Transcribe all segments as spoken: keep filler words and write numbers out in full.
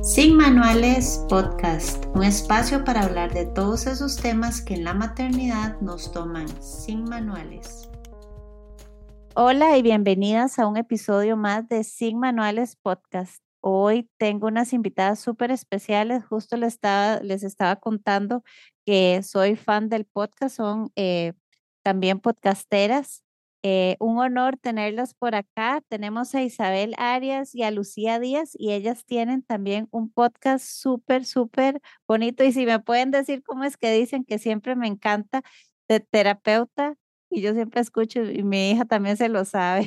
Sin Manuales Podcast, un espacio para hablar de todos esos temas que en la maternidad nos toman sin manuales. Hola y bienvenidas a un episodio más de Sin Manuales Podcast. Hoy tengo unas invitadas súper especiales. Justo les estaba, les estaba contando que soy fan del podcast, son eh, también podcasteras. Eh, un honor tenerlas por acá. Tenemos a Isabel Arias y a Lucía Díaz y ellas tienen también un podcast súper, súper bonito. Y si me pueden decir cómo es que dicen, que siempre me encanta, de terapeuta, y yo siempre escucho y mi hija también se lo sabe.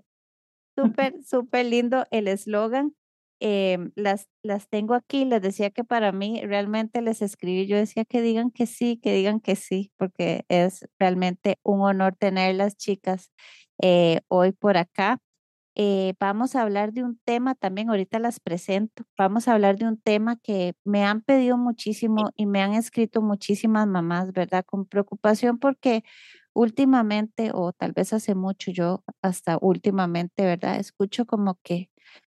Súper, súper lindo el eslogan. Em, las, las tengo aquí, les decía que para mí realmente les escribí, yo decía que digan que sí, que digan que sí, porque es realmente un honor tenerlas, chicas, eh, hoy por acá. Eh, vamos a hablar de un tema también, ahorita las presento, vamos a hablar de un tema que me han pedido muchísimo y me han escrito muchísimas mamás, ¿verdad? Con preocupación porque últimamente, o tal vez hace mucho, yo hasta últimamente, ¿verdad? Escucho como que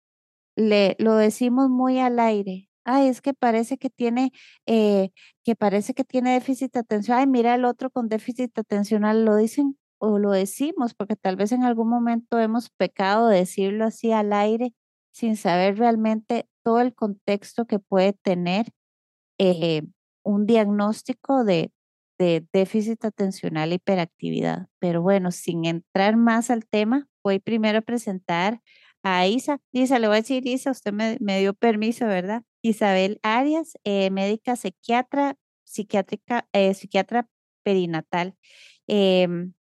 le lo decimos muy al aire. Ay, es que parece que tiene, eh, que parece que tiene déficit de atención. Ay, mira el otro con déficit atencional. Lo dicen o lo decimos porque tal vez en algún momento hemos pecado de decirlo así al aire sin saber realmente todo el contexto que puede tener eh, un diagnóstico de, de déficit atencional e hiperactividad. Pero bueno, sin entrar más al tema, voy primero a presentar a Isa. Isa, le voy a decir Isa, usted me, me dio permiso, ¿verdad? Isabel Arias, eh, médica psiquiatra, psiquiátrica, eh, psiquiatra perinatal. Em,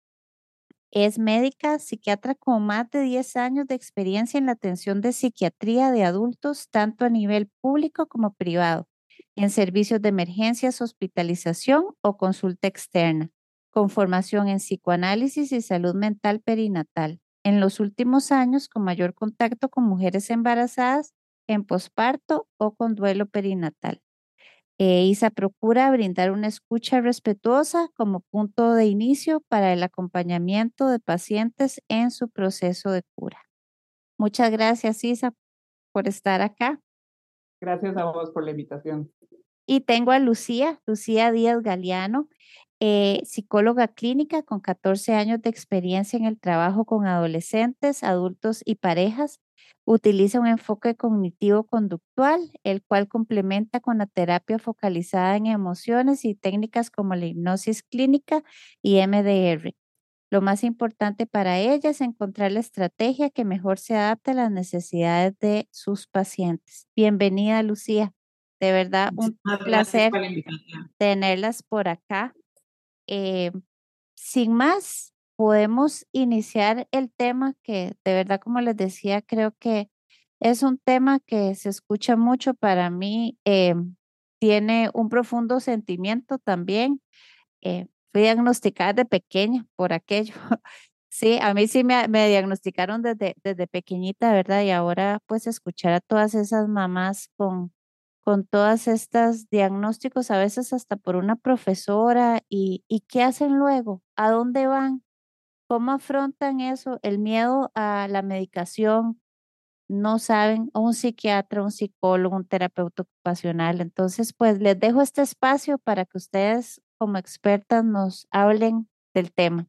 es médica psiquiatra con más de diez años de experiencia en la atención de psiquiatría de adultos, tanto a nivel público como privado, en servicios de emergencias, hospitalización o consulta externa, con formación en psicoanálisis y salud mental perinatal. En los últimos años, con mayor contacto con mujeres embarazadas en posparto o con duelo perinatal. Eh, ISA procura brindar una escucha respetuosa como punto de inicio para el acompañamiento de pacientes en su proceso de cura. Muchas gracias, Isa, por estar acá. Gracias a vos por la invitación. Y tengo a Lucía, Lucía Díaz Galeano, eh, psicóloga clínica con catorce años de experiencia en el trabajo con adolescentes, adultos y parejas. Utiliza un enfoque cognitivo-conductual, el cual complementa con la terapia focalizada en emociones y técnicas como la hipnosis clínica y M D R. Lo más importante para ella es encontrar la estrategia que mejor se adapte a las necesidades de sus pacientes. Bienvenida, Lucía. De verdad, un Muchísimas gracias placer por la invitación. tenerlas por acá. Eh, Sin más, podemos iniciar el tema que de verdad, como les decía, creo que es un tema que se escucha mucho para mí. Eh, tiene un profundo sentimiento también. Eh, fui diagnosticada de pequeña por aquello. Sí, a mí sí me, me diagnosticaron desde, desde pequeñita, ¿verdad? Y ahora pues escuchar a todas esas mamás con con todas estas diagnósticos, a veces hasta por una profesora, y, y ¿qué hacen luego? ¿A dónde van? ¿Cómo afrontan eso? El miedo a la medicación, no saben, a un psiquiatra, un psicólogo, un terapeuta ocupacional. Entonces, pues les dejo este espacio para que ustedes como expertas nos hablen del tema.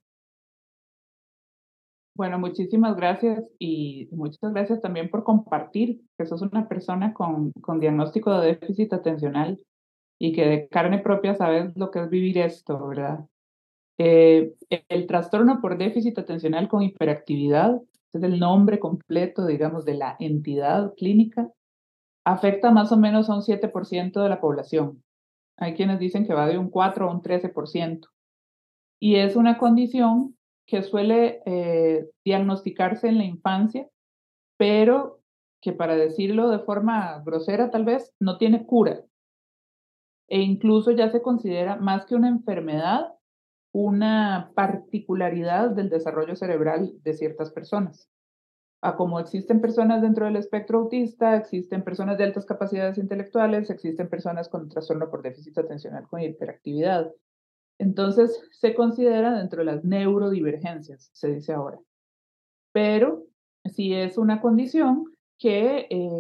Bueno, muchísimas gracias y muchas gracias también por compartir que sos una persona con, con diagnóstico de déficit atencional y que de carne propia sabes lo que es vivir esto, ¿verdad? Eh, el trastorno por déficit atencional con hiperactividad, es el nombre completo, digamos, de la entidad clínica, afecta más o menos a un siete por ciento de la población. Hay quienes dicen que va de un cuatro a un trece por ciento. Y es una condición que suele eh, diagnosticarse en la infancia, pero que, para decirlo de forma grosera tal vez, no tiene cura. E incluso ya se considera más que una enfermedad, una particularidad del desarrollo cerebral de ciertas personas. A como existen personas dentro del espectro autista, existen personas de altas capacidades intelectuales, existen personas con trastorno por déficit atencional con hiperactividad. Entonces, se considera dentro de las neurodivergencias, se dice ahora. Pero sí es una condición que eh,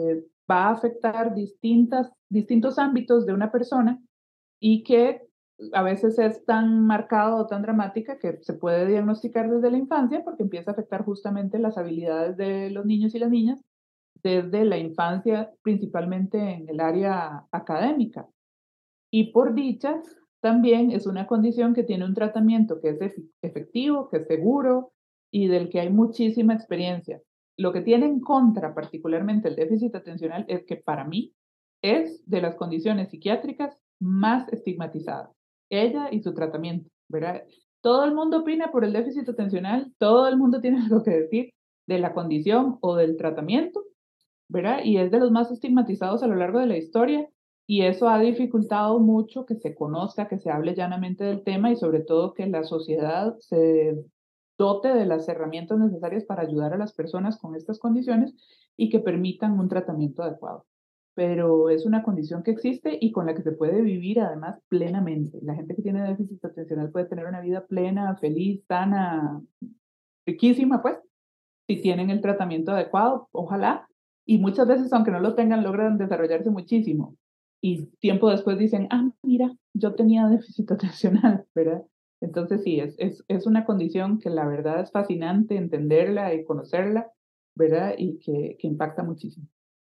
va a afectar distintas, distintos ámbitos de una persona y que a veces es tan marcado o tan dramática que se puede diagnosticar desde la infancia porque empieza a afectar justamente las habilidades de los niños y las niñas desde la infancia, principalmente en el área académica. Y por dicha, también es una condición que tiene un tratamiento que es efectivo, que es seguro y del que hay muchísima experiencia. Lo que tiene en contra particularmente el déficit atencional es que para mí es de las condiciones psiquiátricas más estigmatizadas. Ella y su tratamiento, ¿verdad? Todo el mundo opina por el déficit atencional, todo el mundo tiene algo que decir de la condición o del tratamiento, ¿verdad? Y es de los más estigmatizados a lo largo de la historia y eso ha dificultado mucho que se conozca, que se hable llanamente del tema y sobre todo que la sociedad se dote de las herramientas necesarias para ayudar a las personas con estas condiciones y que permitan un tratamiento adecuado. Pero es una condición que existe y con la que se puede vivir además plenamente. La gente que tiene déficit atencional puede tener una vida plena, feliz, sana, riquísima, pues, si tienen el tratamiento adecuado, ojalá. Y muchas veces, aunque no lo tengan, logran desarrollarse muchísimo. Y tiempo después dicen, ah, mira, yo tenía déficit atencional, ¿verdad? Entonces sí, es, es, es una condición que la verdad es fascinante entenderla y conocerla, ¿verdad? Y que, que impacta muchísimo.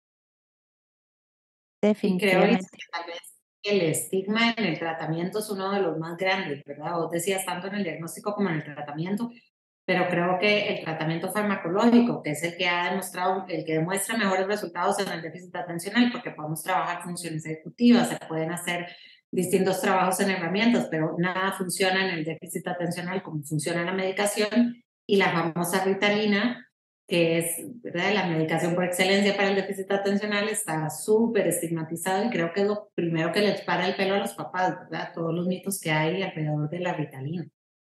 Y creo que tal vez el estigma en el tratamiento es uno de los más grandes, ¿verdad? Vos decías tanto en el diagnóstico como en el tratamiento, pero creo que el tratamiento farmacológico, que es el que ha demostrado, el que demuestra mejores resultados en el déficit atencional, porque podemos trabajar funciones ejecutivas, se pueden hacer distintos trabajos en herramientas, pero nada funciona en el déficit atencional como funciona la medicación, y la famosa Ritalina, que es, ¿verdad?, la medicación por excelencia para el déficit atencional, está súper estigmatizado y creo que es lo primero que les para el pelo a los papás, ¿verdad? Todos los mitos que hay alrededor de la Ritalina.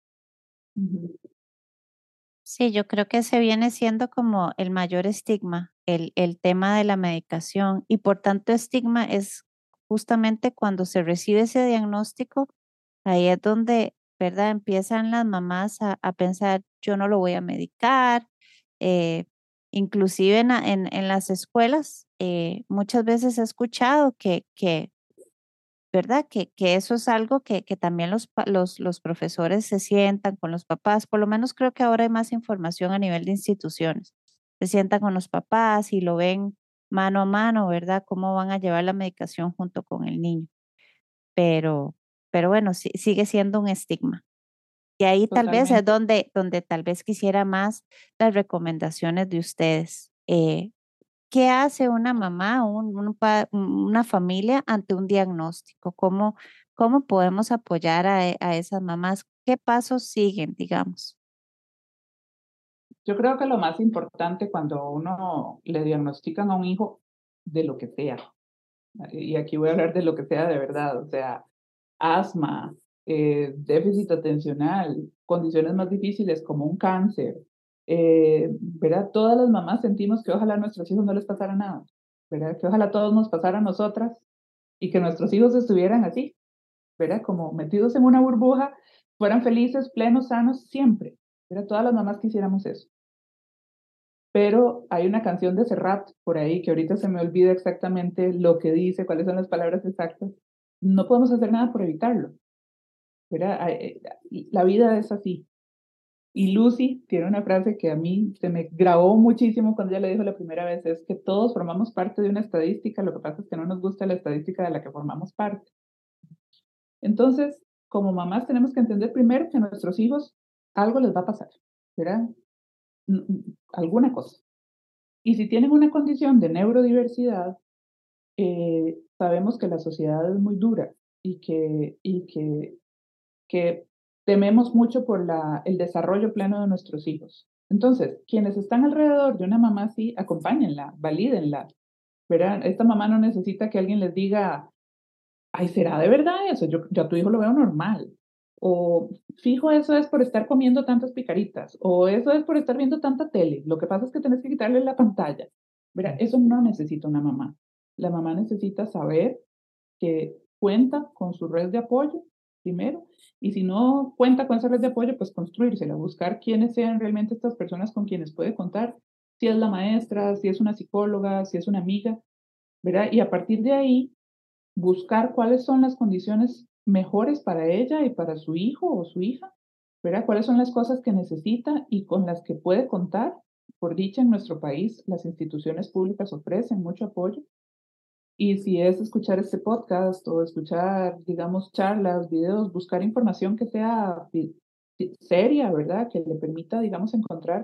Sí, yo creo que se viene siendo como el mayor estigma, el, el tema de la medicación y por tanto estigma es justamente cuando se recibe ese diagnóstico, ahí es donde, ¿verdad? Empiezan las mamás a, a pensar, yo no lo voy a medicar, eh, inclusive en, la- en, en las escuelas, eh, muchas veces he escuchado que, que ¿verdad? Que, que eso es algo que, que también los, pa- los, los profesores se sientan con los papás, por lo menos creo que ahora hay más información a nivel de instituciones. Se sientan con los papás y lo ven mano a mano, ¿verdad? Cómo van a llevar la medicación junto con el niño. Pero, pero bueno, sí- sigue siendo un estigma. Y ahí tal vez es Totalmente. donde, donde tal vez quisiera más las recomendaciones de ustedes. Eh, ¿Qué hace una mamá, un- un pa- una familia ante un diagnóstico? ¿Cómo, cómo podemos apoyar a, e- a esas mamás? ¿Qué pasos siguen, digamos? Yo creo que lo más importante cuando uno le diagnostican a un hijo de lo que sea, y aquí voy a hablar de lo que sea de verdad, o sea, asma, eh, déficit atencional, condiciones más difíciles como un cáncer, eh, ¿verdad? Todas las mamás sentimos que ojalá a nuestros hijos no les pasara nada, ¿verdad? Que ojalá a todos nos pasara a nosotras y que nuestros hijos estuvieran así, ¿verdad? Como metidos en una burbuja, fueran felices, plenos, sanos, siempre, ¿verdad? Todas las mamás quisiéramos eso. Pero hay una canción de Serrat por ahí que ahorita se me olvida exactamente lo que dice, cuáles son las palabras exactas. No podemos hacer nada por evitarlo, ¿verdad? Ay, eh, La vida es así. Y Lucy tiene una frase que a mí se me grabó muchísimo cuando ella le dijo la primera vez, es que todos formamos parte de una estadística, lo que pasa es que no nos gusta la estadística de la que formamos parte. Entonces, como mamás tenemos que entender primero que a nuestros hijos algo les va a pasar, ¿verdad? Alguna cosa. Y si tienen una condición de neurodiversidad, eh, sabemos que la sociedad es muy dura y que, y que, que tememos mucho por la, el desarrollo pleno de nuestros hijos. Entonces, quienes están alrededor de una mamá así, acompáñenla, valídenla, ¿verdad? Esta mamá no necesita que alguien les diga, ay, ¿será de verdad eso? Yo, yo a tu hijo lo veo normal. O fijo, eso es por estar comiendo tantas picaritas. O eso es por estar viendo tanta tele. Lo que pasa es que tenés que quitarle la pantalla. Mira, eso no necesita una mamá. La mamá necesita saber que cuenta con su red de apoyo, primero, y si no cuenta con esa red de apoyo, pues construírsela, buscar quiénes sean realmente estas personas con quienes puede contar, si es la maestra, si es una psicóloga, si es una amiga, ¿verdad? Y a partir de ahí, buscar cuáles son las condiciones mejores para ella y para su hijo o su hija, ¿verdad? Cuáles son las cosas que necesita y con las que puede contar. Por dicha, en nuestro país, las instituciones públicas ofrecen mucho apoyo. Y si es escuchar este podcast o escuchar, digamos, charlas, videos, buscar información que sea seria, ¿verdad? Que le permita, digamos, encontrar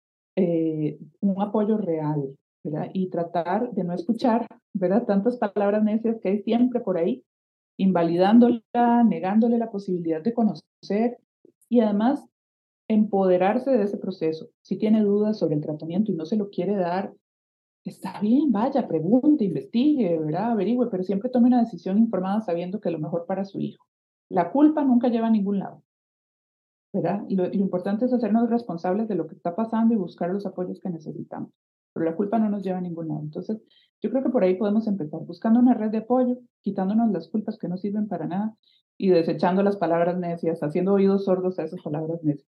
eh, un apoyo real, ¿verdad? Y tratar de no escuchar, ¿verdad? Tantas palabras necias que hay siempre por ahí, invalidándola, negándole la posibilidad de conocer y además empoderarse de ese proceso. Si tiene dudas sobre el tratamiento y no se lo quiere dar, está bien, vaya, pregunte, investigue, ¿verdad? Averigüe, pero siempre tome una decisión informada sabiendo que es lo mejor para su hijo. La culpa nunca lleva a ningún lado, ¿verdad? Lo, lo importante es hacernos responsables de lo que está pasando y buscar los apoyos que necesitamos. Pero la culpa no nos lleva a ningún lado. Entonces, yo creo que por ahí podemos empezar, buscando una red de apoyo, quitándonos las culpas que no sirven para nada y desechando las palabras necias, haciendo oídos sordos a esas palabras necias.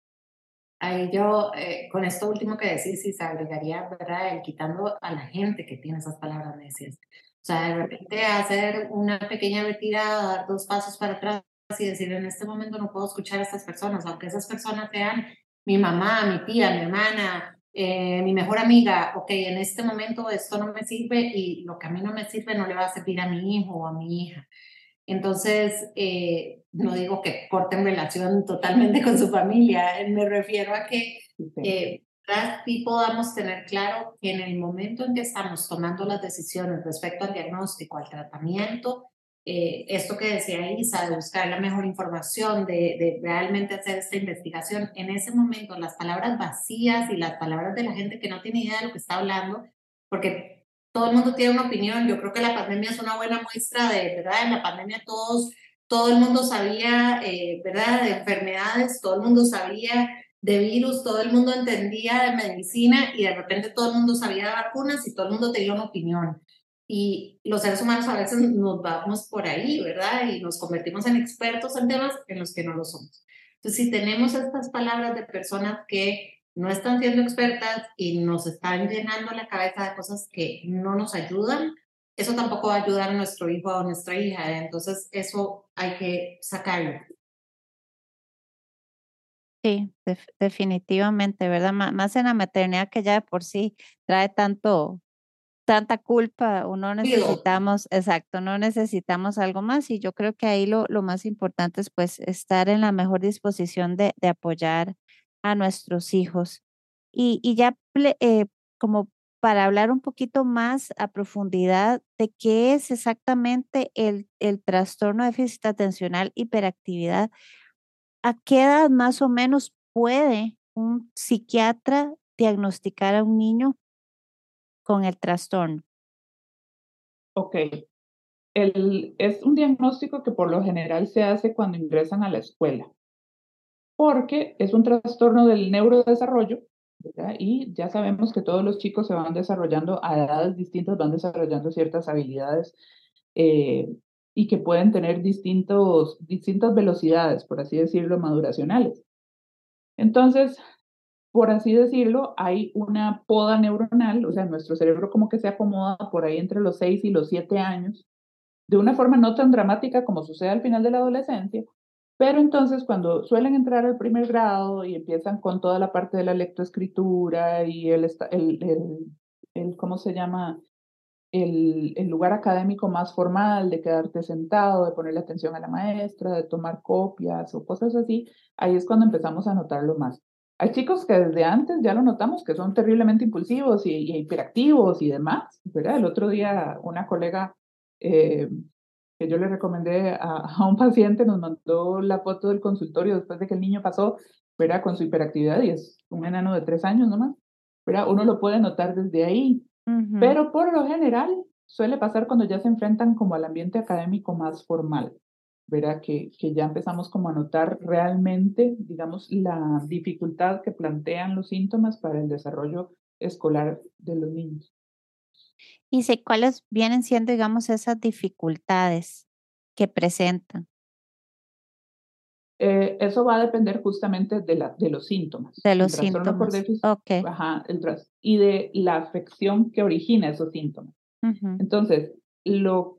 Ahí yo, eh, con esto último que decís, sí se agregaría, ¿verdad? El quitando a la gente que tiene esas palabras necias. O sea, de repente hacer una pequeña retirada, dar dos pasos para atrás y decir, en este momento no puedo escuchar a estas personas, aunque esas personas sean mi mamá, mi tía, mi hermana, eh, mi mejor amiga. Ok, en este momento esto no me sirve y lo que a mí no me sirve no le va a servir a mi hijo o a mi hija. Entonces, eh, no digo que corten relación totalmente con su familia, me refiero a que eh, sí podamos tener claro que en el momento en que estamos tomando las decisiones respecto al diagnóstico, al tratamiento, eh, esto que decía Isa, de buscar la mejor información, de, de realmente hacer esta investigación, en ese momento las palabras vacías y las palabras de la gente que no tiene idea de lo que está hablando, porque todo el mundo tiene una opinión. Yo creo que la pandemia es una buena muestra de, ¿verdad? En la pandemia todos, todo el mundo sabía, eh, ¿verdad? De enfermedades, todo el mundo sabía de virus, todo el mundo entendía de medicina y de repente todo el mundo sabía de vacunas y todo el mundo tenía una opinión. Y los seres humanos a veces nos vamos por ahí, ¿verdad? Y nos convertimos en expertos en temas en los que no lo somos. Entonces, si tenemos estas palabras de personas que no están siendo expertas y nos están llenando la cabeza de cosas que no nos ayudan, eso tampoco va a ayudar a nuestro hijo o a nuestra hija. Entonces, eso hay que sacarlo. Sí, def- definitivamente, ¿verdad? M- más en la maternidad que ya de por sí trae tanto, tanta culpa, o no necesitamos, exacto, no necesitamos algo más y yo creo que ahí lo, lo más importante es pues estar en la mejor disposición de, de apoyar a nuestros hijos. Y, y ya ple- eh, como para hablar un poquito más a profundidad de qué es exactamente el, el trastorno de déficit atencional hiperactividad, ¿a qué edad más o menos puede un psiquiatra diagnosticar a un niño con el trastorno? Ok. El, es un diagnóstico que por lo general se hace cuando ingresan a la escuela, porque es un trastorno del neurodesarrollo, ¿verdad? Y ya sabemos que todos los chicos se van desarrollando a edades distintas, van desarrollando ciertas habilidades eh, y que pueden tener distintos, distintas velocidades, por así decirlo, maduracionales. Entonces, por así decirlo, hay una poda neuronal, o sea, nuestro cerebro como que se acomoda por ahí entre los seis y los siete años, de una forma no tan dramática como sucede al final de la adolescencia, pero entonces cuando suelen entrar al primer grado y empiezan con toda la parte de la lectoescritura y el, el, el, el ¿cómo se llama? El, el lugar académico más formal, de quedarte sentado, de ponerle atención a la maestra, de tomar copias o cosas así, ahí es cuando empezamos a notarlo más. Hay chicos que desde antes ya lo notamos, que son terriblemente impulsivos y, y hiperactivos y demás, ¿verdad? El otro día una colega eh, que yo le recomendé a, a un paciente nos mandó la foto del consultorio después de que el niño pasó, ¿verdad? Con su hiperactividad y es un enano de tres años nomás, ¿verdad? Uno lo puede notar desde ahí, Ujú. pero por lo general suele pasar cuando ya se enfrentan como al ambiente académico más formal, ¿verdad? Que, que ya empezamos como a notar realmente, digamos, la dificultad que plantean los síntomas para el desarrollo escolar de los niños. Y sé cuáles vienen siendo, digamos, esas dificultades que presentan Eh, eso va a depender justamente de, la, de los síntomas. de los El trastorno por síntomas. déficit, Ok. ajá, el tras y de la afección que origina esos síntomas. Ujú. Entonces, lo,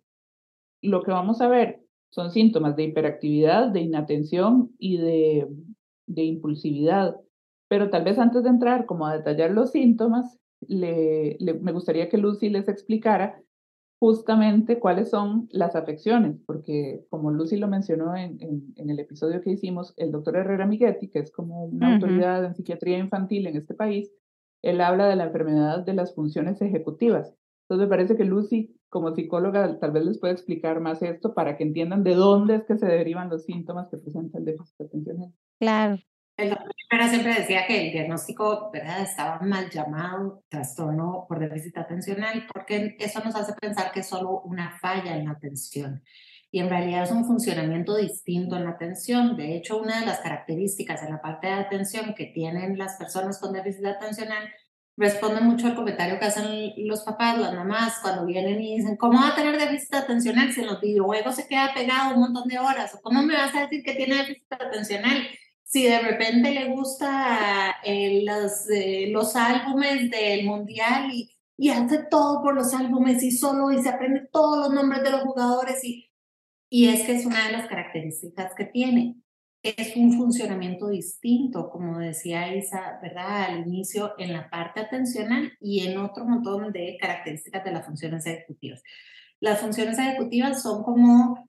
lo que vamos a ver son síntomas de hiperactividad, de inatención y de, de impulsividad. Pero tal vez antes de entrar como a detallar los síntomas, le, le- me gustaría que Lucy les explicara justamente cuáles son las afecciones, porque como Lucy lo mencionó en, en, en el episodio que hicimos, el doctor Herrera Miguetti, que es como una Ujú. autoridad en psiquiatría infantil en este país, él habla de la enfermedad de las funciones ejecutivas. Entonces me parece que Lucy, como psicóloga, tal vez les puede explicar más esto para que entiendan de dónde es que se derivan los síntomas que presenta el déficit atencional. Claro. El doctor Rivera siempre decía que el diagnóstico, ¿verdad?, estaba mal llamado trastorno por déficit atencional, porque eso nos hace pensar que es solo una falla en la atención. Y en realidad es un funcionamiento distinto en la atención. De hecho, una de las características en la parte de atención que tienen las personas con déficit atencional responde mucho al comentario que hacen los papás, las mamás, cuando vienen y dicen, ¿cómo va a tener déficit atencional si en los videojuegos se queda pegado un montón de horas? ¿O cómo me vas a decir que tiene déficit atencional si de repente le gusta eh, los, eh, los álbumes del mundial y, y hace todo por los álbumes y solo y se aprende todos los nombres de los jugadores? Y, y es que es una de las características que tiene. Es un funcionamiento distinto, como decía Isa, ¿verdad?, al inicio, en la parte atencional y en otro montón de características de las funciones ejecutivas. Las funciones ejecutivas son como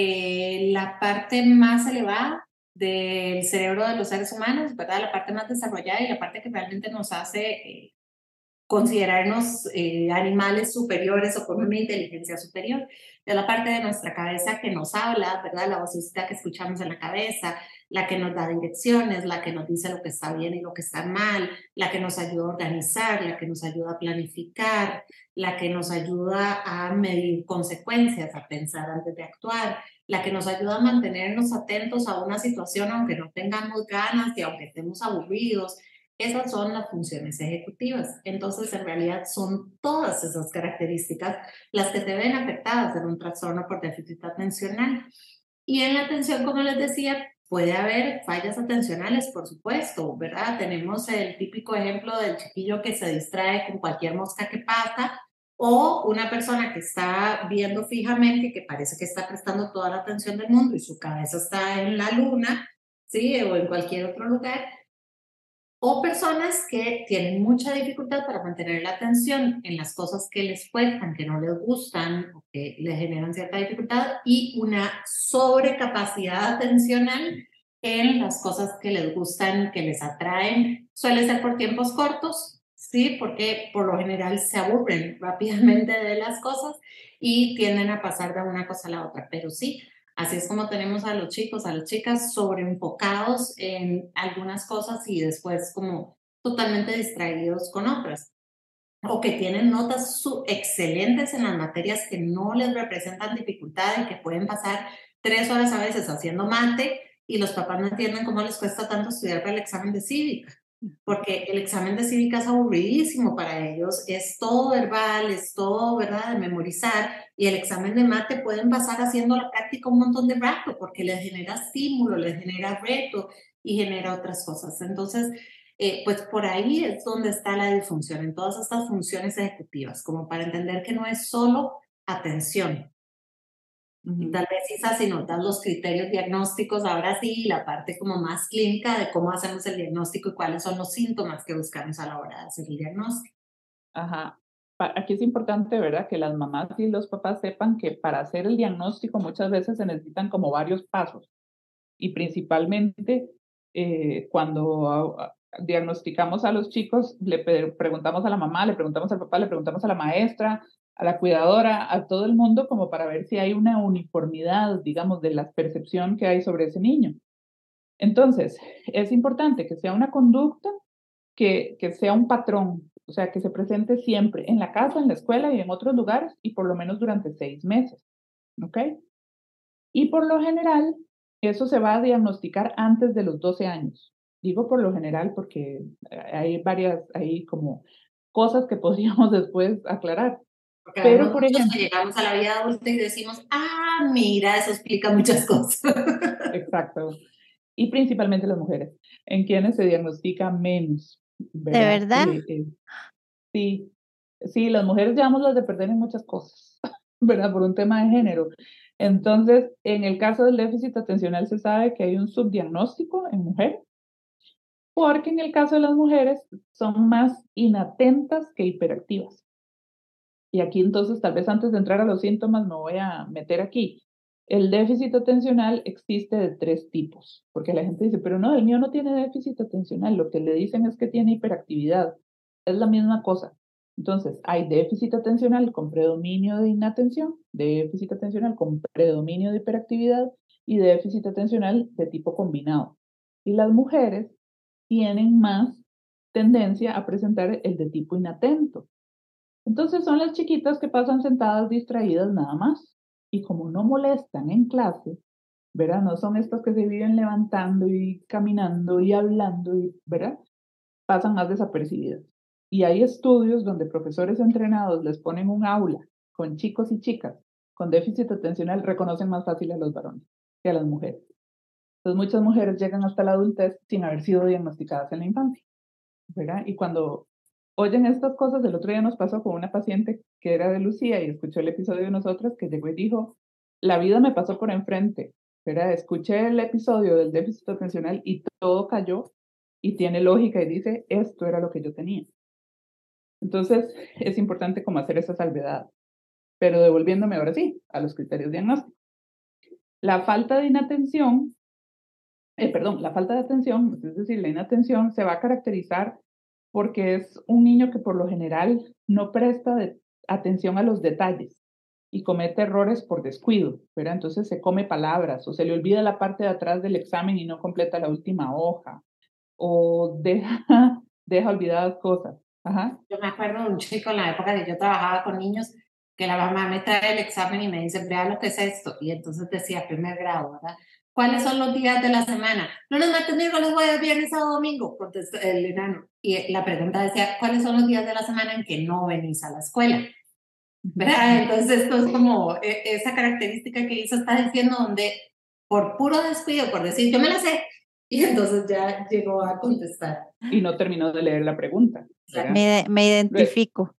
eh, la parte más elevada del cerebro de los seres humanos, ¿verdad? La parte más desarrollada y la parte que realmente nos hace eh, considerarnos eh, animales superiores o con una inteligencia superior. Es la parte de nuestra cabeza que nos habla, ¿verdad? La vocecita que escuchamos en la cabeza, la que nos da direcciones, la que nos dice lo que está bien y lo que está mal, la que nos ayuda a organizar, la que nos ayuda a planificar, la que nos ayuda a medir consecuencias, a pensar antes de actuar, la que nos ayuda a mantenernos atentos a una situación aunque no tengamos ganas y aunque estemos aburridos. Esas son las funciones ejecutivas. Entonces, en realidad, son todas esas características las que se ven afectadas en un trastorno por déficit atencional. Y en la atención, como les decía, puede haber fallas atencionales, por supuesto, ¿verdad? Tenemos el típico ejemplo del chiquillo que se distrae con cualquier mosca que pasa, o una persona que está viendo fijamente y que parece que está prestando toda la atención del mundo y su cabeza está en la luna, ¿sí? O en cualquier otro lugar. O personas que tienen mucha dificultad para mantener la atención en las cosas que les cuestan, que no les gustan o que les generan cierta dificultad, y una sobrecapacidad atencional en las cosas que les gustan, que les atraen. Suele ser por tiempos cortos, ¿sí? Porque por lo general se aburren rápidamente de las cosas y tienden a pasar de una cosa a la otra. Pero sí, así es como tenemos a los chicos, a las chicas sobreenfocados en algunas cosas y después como totalmente distraídos con otras. O que tienen notas excelentes en las materias que no les representan dificultad y que pueden pasar tres horas a veces haciendo mate y los papás no entienden cómo les cuesta tanto estudiar para el examen de cívica. Porque el examen de cívica es aburridísimo para ellos, es todo verbal, es todo, ¿verdad?, de memorizar, y el examen de mate pueden pasar haciendo la práctica un montón de rato porque les genera estímulo, les genera reto y genera otras cosas. Entonces, eh, pues por ahí es donde está la disfunción, en todas estas funciones ejecutivas, como para entender que no es solo atención. Y Ujú. tal vez, Isa, si nos das los criterios diagnósticos, ahora sí, la parte como más clínica de cómo hacemos el diagnóstico y cuáles son los síntomas que buscamos a la hora de hacer el diagnóstico. Ajá. Pa- Aquí es importante, ¿verdad?, que las mamás y los papás sepan que para hacer el diagnóstico muchas veces se necesitan como varios pasos y principalmente eh, cuando a- a- diagnosticamos a los chicos, le pe- preguntamos a la mamá, le preguntamos al papá, le preguntamos a la maestra, a la cuidadora, a todo el mundo como para ver si hay una uniformidad, digamos, de la percepción que hay sobre ese niño. Entonces, es importante que sea una conducta que, que sea un patrón, o sea, que se presente siempre en la casa, en la escuela y en otros lugares y por lo menos durante seis meses, ¿ok? Y por lo general, eso se va a diagnosticar antes de los doce años. Digo por lo general porque hay varias, hay como cosas que podríamos después aclarar. Porque Pero, vemos por muchos que ejemplo, llegamos a la vida adulta y decimos, ah, mira, eso explica muchas cosas. exacto, y principalmente las mujeres, en quienes se diagnostica menos, ¿De ¿verdad? verdad? Eh, eh, sí, Sí, las mujeres llevamos las de perder en muchas cosas, ¿verdad? Por un tema de género. Entonces, en el caso del déficit atencional se sabe que hay un subdiagnóstico en mujeres, porque en el caso de las mujeres son más inatentas que hiperactivas. Y aquí entonces, tal vez antes de entrar a los síntomas, me voy a meter aquí. El déficit atencional existe de tres tipos, porque la gente dice, pero no, el mío no tiene déficit atencional, lo que le dicen es que tiene hiperactividad. Es la misma cosa. Entonces, hay déficit atencional con predominio de inatención, déficit atencional con predominio de hiperactividad y déficit atencional de tipo combinado. Y las mujeres tienen más tendencia a presentar el de tipo inatento. Entonces son las chiquitas que pasan sentadas distraídas nada más. Y como no molestan en clase, ¿verdad? No son estas que se viven levantando y caminando y hablando, y, ¿verdad? Pasan más desapercibidas. Y hay estudios donde profesores entrenados les ponen un aula con chicos y chicas con déficit atencional, reconocen más fácil a los varones que a las mujeres. Entonces muchas mujeres llegan hasta la adultez sin haber sido diagnosticadas en la infancia, ¿verdad? Y cuando oyen estas cosas, el otro día nos pasó con una paciente que era de Lucía y escuchó el episodio de nosotras que llegó y dijo, la vida me pasó por enfrente, ¿verdad? Escuché el episodio del déficit atencional y todo cayó y tiene lógica y dice, esto era lo que yo tenía. Entonces, es importante como hacer esa salvedad. Pero devolviéndome ahora sí a los criterios diagnósticos. La falta de inatención, eh, perdón, la falta de atención, es decir, la inatención se va a caracterizar porque es un niño que por lo general no presta de, atención a los detalles y comete errores por descuido, ¿verdad? Entonces se come palabras o se le olvida la parte de atrás del examen y no completa la última hoja o deja, deja olvidadas cosas. Ajá. Yo me acuerdo de un chico en la época que yo trabajaba con niños que la mamá me trae el examen y me dice, vea lo que es esto. Y entonces decía, primer grado, ¿verdad? ¿Cuáles son los días de la semana? Lunes, martes, miércoles, jueves, viernes, sábado, domingo, contestó el enano. Y la pregunta decía, ¿cuáles son los días de la semana en que no venís a la escuela? ¿Verdad? Entonces esto es como esa característica que Isa está diciendo, donde por puro descuido, por decir, yo me la sé, y entonces ya llegó a contestar. Y no terminó de leer la pregunta. Me, me identifico.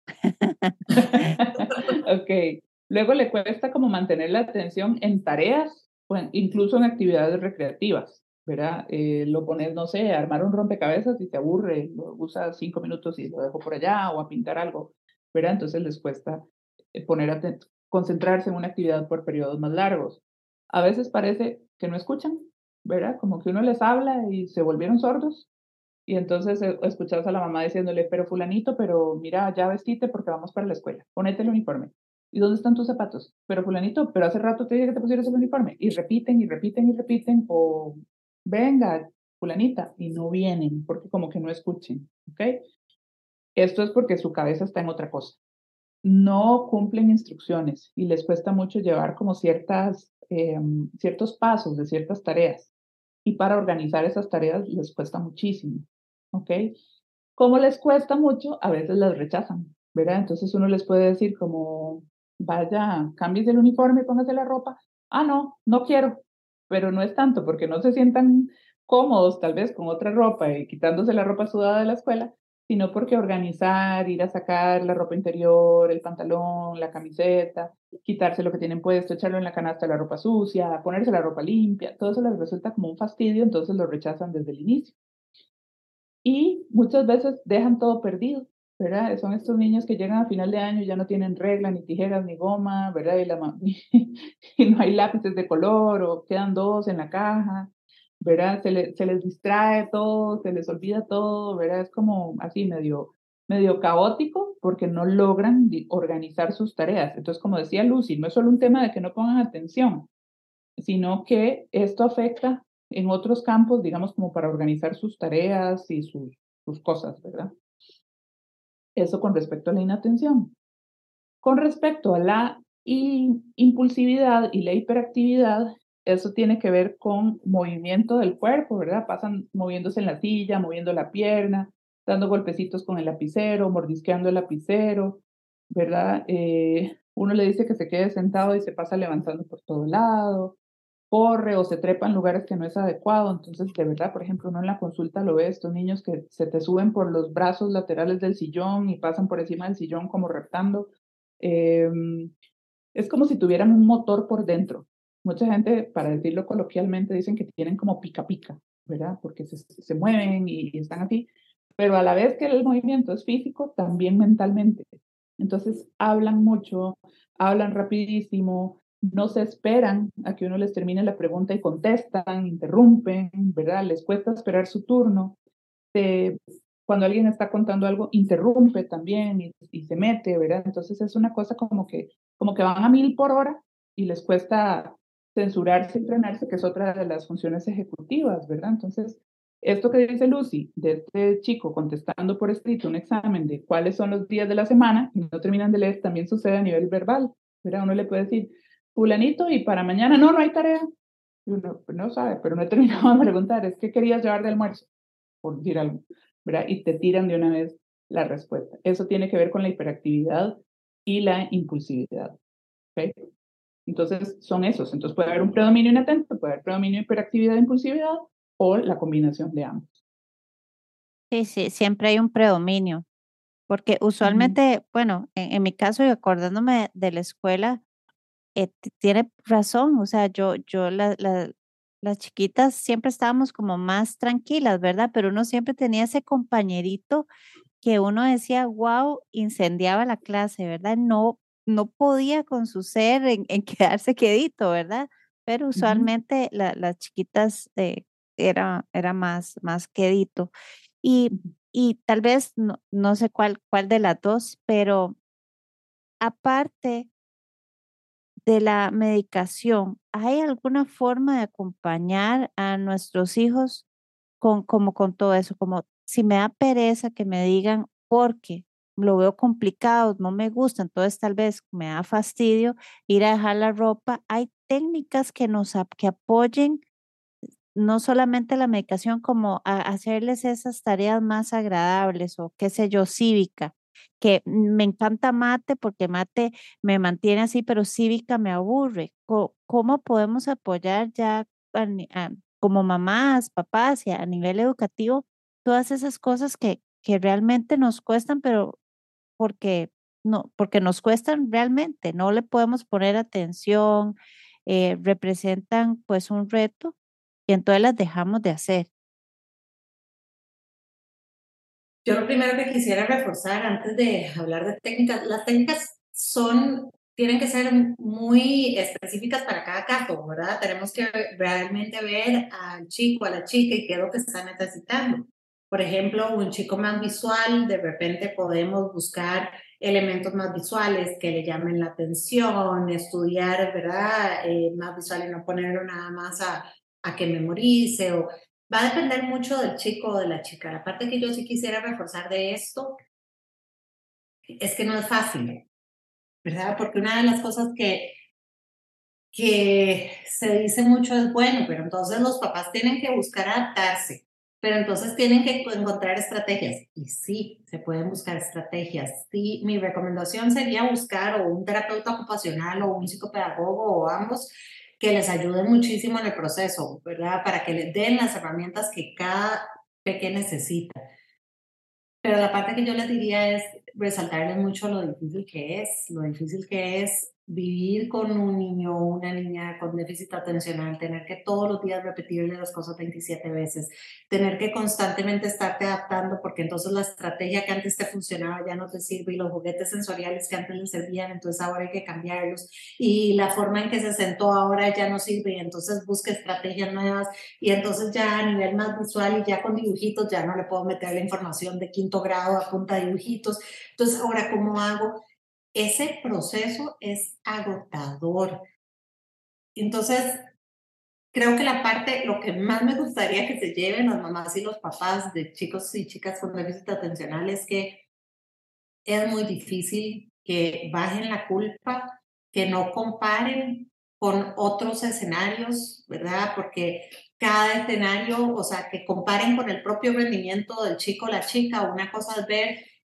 Ok. Luego le cuesta como mantener la atención en tareas, o en, incluso en actividades recreativas, ¿verdad? Eh, lo pones, no sé, a armar un rompecabezas y te aburre, lo usa cinco minutos y lo dejo por allá, o a pintar algo, ¿verdad? Entonces les cuesta poner concentrarse en una actividad por periodos más largos. A veces parece que no escuchan, ¿verdad? Como que uno les habla y se volvieron sordos. Y entonces escuchas a la mamá diciéndole, pero fulanito, pero mira, ya vestite porque vamos para la escuela, ponete el uniforme. ¿Y dónde están tus zapatos? Pero fulanito, pero hace rato te dije que te pusieras el uniforme. Y repiten y repiten y repiten, o venga, fulanita, y no vienen porque como que no escuchen, ¿ok? Esto es porque su cabeza está en otra cosa. No cumplen instrucciones y les cuesta mucho llevar como ciertas, eh, ciertos pasos de ciertas tareas. Y para organizar esas tareas les cuesta muchísimo, ¿ok? Como les cuesta mucho, a veces las rechazan, ¿verdad? Entonces uno les puede decir como, vaya, cámbiese el uniforme, póngase la ropa. Ah, no, no quiero, pero no es tanto porque no se sientan cómodos tal vez con otra ropa y quitándose la ropa sudada de la escuela, sino porque organizar, ir a sacar la ropa interior, el pantalón, la camiseta, quitarse lo que tienen puesto, echarlo en la canasta la ropa sucia, ponerse la ropa limpia, todo eso les resulta como un fastidio, entonces lo rechazan desde el inicio. Y muchas veces dejan todo perdido, ¿verdad? Son estos niños que llegan a final de año y ya no tienen regla, ni tijeras, ni goma, ¿verdad? Y, la, y no hay lápices de color o quedan dos en la caja, ¿verdad? Se, le, se les distrae todo, se les olvida todo, ¿verdad? Es como así medio, medio caótico porque no logran organizar sus tareas. Entonces, como decía Lucy, no es solo un tema de que no pongan atención, sino que esto afecta en otros campos, digamos, como para organizar sus tareas y sus, sus cosas, ¿verdad? Eso con respecto a la inatención. Con respecto a la impulsividad y la hiperactividad, eso tiene que ver con movimiento del cuerpo, ¿verdad? Pasan moviéndose en la silla, moviendo la pierna, dando golpecitos con el lapicero, mordisqueando el lapicero, ¿verdad? Eh, uno le dice que se quede sentado y se pasa levantando por todo lado, corre o se trepa en lugares que no es adecuado. Entonces, de verdad, por ejemplo, uno en la consulta lo ve, estos niños que se te suben por los brazos laterales del sillón y pasan por encima del sillón como reptando. Eh, es como si tuvieran un motor por dentro. Mucha gente, para decirlo coloquialmente, dicen que tienen como pica pica, ¿verdad? Porque se, se mueven y, y están así. Pero a la vez que el movimiento es físico, también mentalmente. Entonces hablan mucho, hablan rapidísimo, no se esperan a que uno les termine la pregunta y contestan, interrumpen, ¿verdad? Les cuesta esperar su turno. Se, cuando alguien está contando algo, interrumpe también y, y se mete, ¿verdad? Entonces es una cosa como que, como que van a mil por hora y les cuesta censurarse y frenarse, que es otra de las funciones ejecutivas, ¿verdad? Entonces, esto que dice Lucy, de este chico contestando por escrito un examen de cuáles son los días de la semana y no terminan de leer, también sucede a nivel verbal, ¿verdad? Uno le puede decir, fulanito, y para mañana no, no hay tarea. Y uno pues, no sabe, pero no he terminado de preguntar, es que querías llevar de almuerzo, por decir algo, ¿verdad? Y te tiran de una vez la respuesta. Eso tiene que ver con la hiperactividad y la impulsividad, ¿ok? Entonces, son esos. Entonces, puede haber un predominio inatento, puede haber predominio de hiperactividad e impulsividad o la combinación de ambos. Sí, sí, siempre hay un predominio, porque usualmente, uh-huh. bueno, en, en mi caso y acordándome de la escuela, eh, tiene razón, o sea, yo, yo la, la, las chiquitas siempre estábamos como más tranquilas, ¿verdad? Pero uno siempre tenía ese compañerito que uno decía, wow, incendiaba la clase, ¿verdad? No, no podía con su ser en, en quedarse quedito, ¿verdad? Pero usualmente uh-huh. la, las chiquitas eh, era, era más, más quedito. Y, y tal vez, no, no sé cuál, cuál de las dos, pero aparte de la medicación, ¿hay alguna forma de acompañar a nuestros hijos con, como con todo eso? Como si me da pereza que me digan porque lo veo complicado, no me gusta, entonces tal vez me da fastidio ir a dejar la ropa. Hay técnicas que nos que apoyen no solamente la medicación, como a hacerles esas tareas más agradables o qué sé yo, cívica, que me encanta mate porque mate me mantiene así, pero cívica me aburre. ¿Cómo podemos apoyar ya a, a, como mamás, papás y a nivel educativo todas esas cosas que, que realmente nos cuestan, pero porque no, porque nos cuestan realmente, no le podemos poner atención, eh, representan pues un reto y entonces las dejamos de hacer? Yo lo primero que quisiera reforzar antes de hablar de técnicas, las técnicas son, tienen que ser muy específicas para cada caso, ¿verdad? Tenemos que realmente ver al chico, a la chica y qué es lo que está necesitando. Por ejemplo, un chico más visual, de repente podemos buscar elementos más visuales que le llamen la atención, estudiar, ¿verdad? Eh, más visual y no ponerlo nada más a, a que memorice o... Va a depender mucho del chico o de la chica. La parte que yo sí quisiera reforzar de esto es que no es fácil, ¿verdad? Porque una de las cosas que, que se dice mucho es, bueno, pero entonces los papás tienen que buscar adaptarse, pero entonces tienen que encontrar estrategias. Y sí, se pueden buscar estrategias. Sí, mi recomendación sería buscar o un terapeuta ocupacional o un psicopedagogo o ambos que les ayuden muchísimo en el proceso, ¿verdad? Para que les den las herramientas que cada pequeño necesita. Pero la parte que yo les diría es resaltarles mucho lo difícil que es, lo difícil que es vivir con un niño o una niña con déficit atencional, tener que todos los días repetirle las cosas veintisiete veces, tener que constantemente estarte adaptando porque entonces la estrategia que antes te funcionaba ya no te sirve y los juguetes sensoriales que antes le servían, entonces ahora hay que cambiarlos y la forma en que se sentó ahora ya no sirve y entonces busca estrategias nuevas y entonces ya a nivel más visual y ya con dibujitos ya no le puedo meter la información de quinto grado a punta de dibujitos. Entonces ahora, ¿cómo hago? Ese proceso es agotador. Entonces, creo que la parte, lo que más me gustaría que se lleven las mamás y los papás de chicos y chicas con déficit atencional es que es muy difícil que bajen la culpa, que no comparen con otros escenarios, ¿verdad? Porque cada escenario, o sea, que comparen con el propio rendimiento del chico o la chica. Una cosa es ver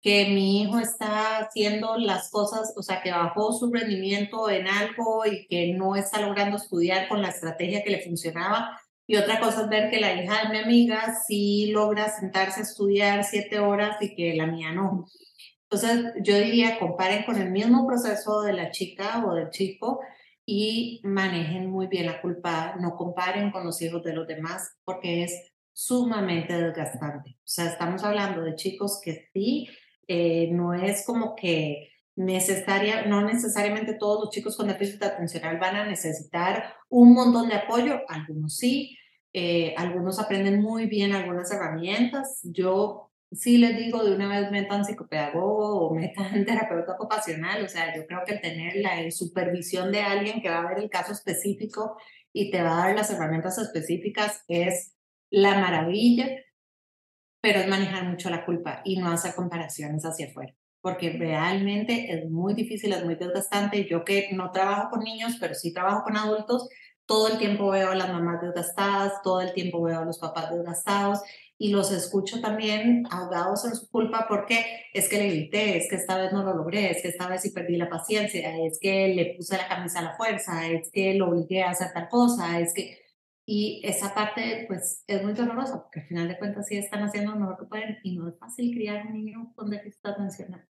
que mi hijo está haciendo las cosas, o sea, que bajó su rendimiento en algo y que no está logrando estudiar con la estrategia que le funcionaba. Y otra cosa es ver que la hija de mi amiga sí logra sentarse a estudiar siete horas y que la mía no. Entonces, yo diría, comparen con el mismo proceso de la chica o del chico y manejen muy bien la culpa. No comparen con los hijos de los demás porque es sumamente desgastante. O sea, estamos hablando de chicos que sí, eh, no es como que necesaria, no necesariamente todos los chicos con déficit atencional van a necesitar un montón de apoyo, algunos sí, eh, algunos aprenden muy bien algunas herramientas. Yo sí les digo de una vez metan psicopedagogo o metan terapeuta ocupacional, o sea, yo creo que tener la supervisión de alguien que va a ver el caso específico y te va a dar las herramientas específicas es la maravilla, pero es manejar mucho la culpa y no hacer comparaciones hacia afuera, porque realmente es muy difícil, es muy desgastante. Yo que no trabajo con niños, pero sí trabajo con adultos, todo el tiempo veo a las mamás desgastadas, todo el tiempo veo a los papás desgastados y los escucho también ahogados en su culpa porque es que le grité, es que esta vez no lo logré, es que esta vez sí perdí la paciencia, es que le puse la camisa a la fuerza, es que lo obligué a hacer tal cosa, es que... Y esa parte, pues, es muy dolorosa, porque al final de cuentas sí están haciendo lo mejor que pueden y no es fácil criar un niño con déficit atencional.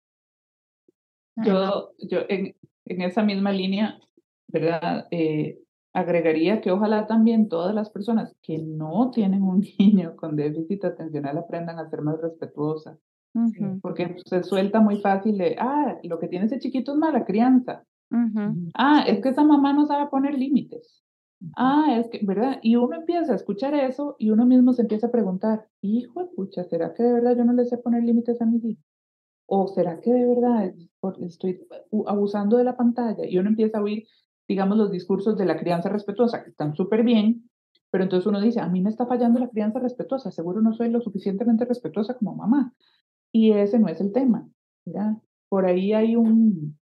Yo, yo en, en esa misma línea, ¿verdad? Eh, agregaría que ojalá también todas las personas que no tienen un niño con déficit atencional aprendan a ser más respetuosas, Ujú, porque se suelta muy fácil de, ah, lo que tiene ese chiquito es mala crianza. ujú. Ah, es que esa mamá no sabe poner límites. Ah, es que, ¿verdad? Y uno empieza a escuchar eso y uno mismo se empieza a preguntar, hijo de pucha, ¿será que de verdad yo no le sé poner límites a mis hijos? ¿O será que de verdad es por- estoy u- abusando de la pantalla? Y uno empieza a oír, digamos, los discursos de la crianza respetuosa, que están súper bien, pero entonces uno dice, a mí me está fallando la crianza respetuosa, seguro no soy lo suficientemente respetuosa como mamá. Y ese no es el tema, ¿verdad? Por ahí hay un,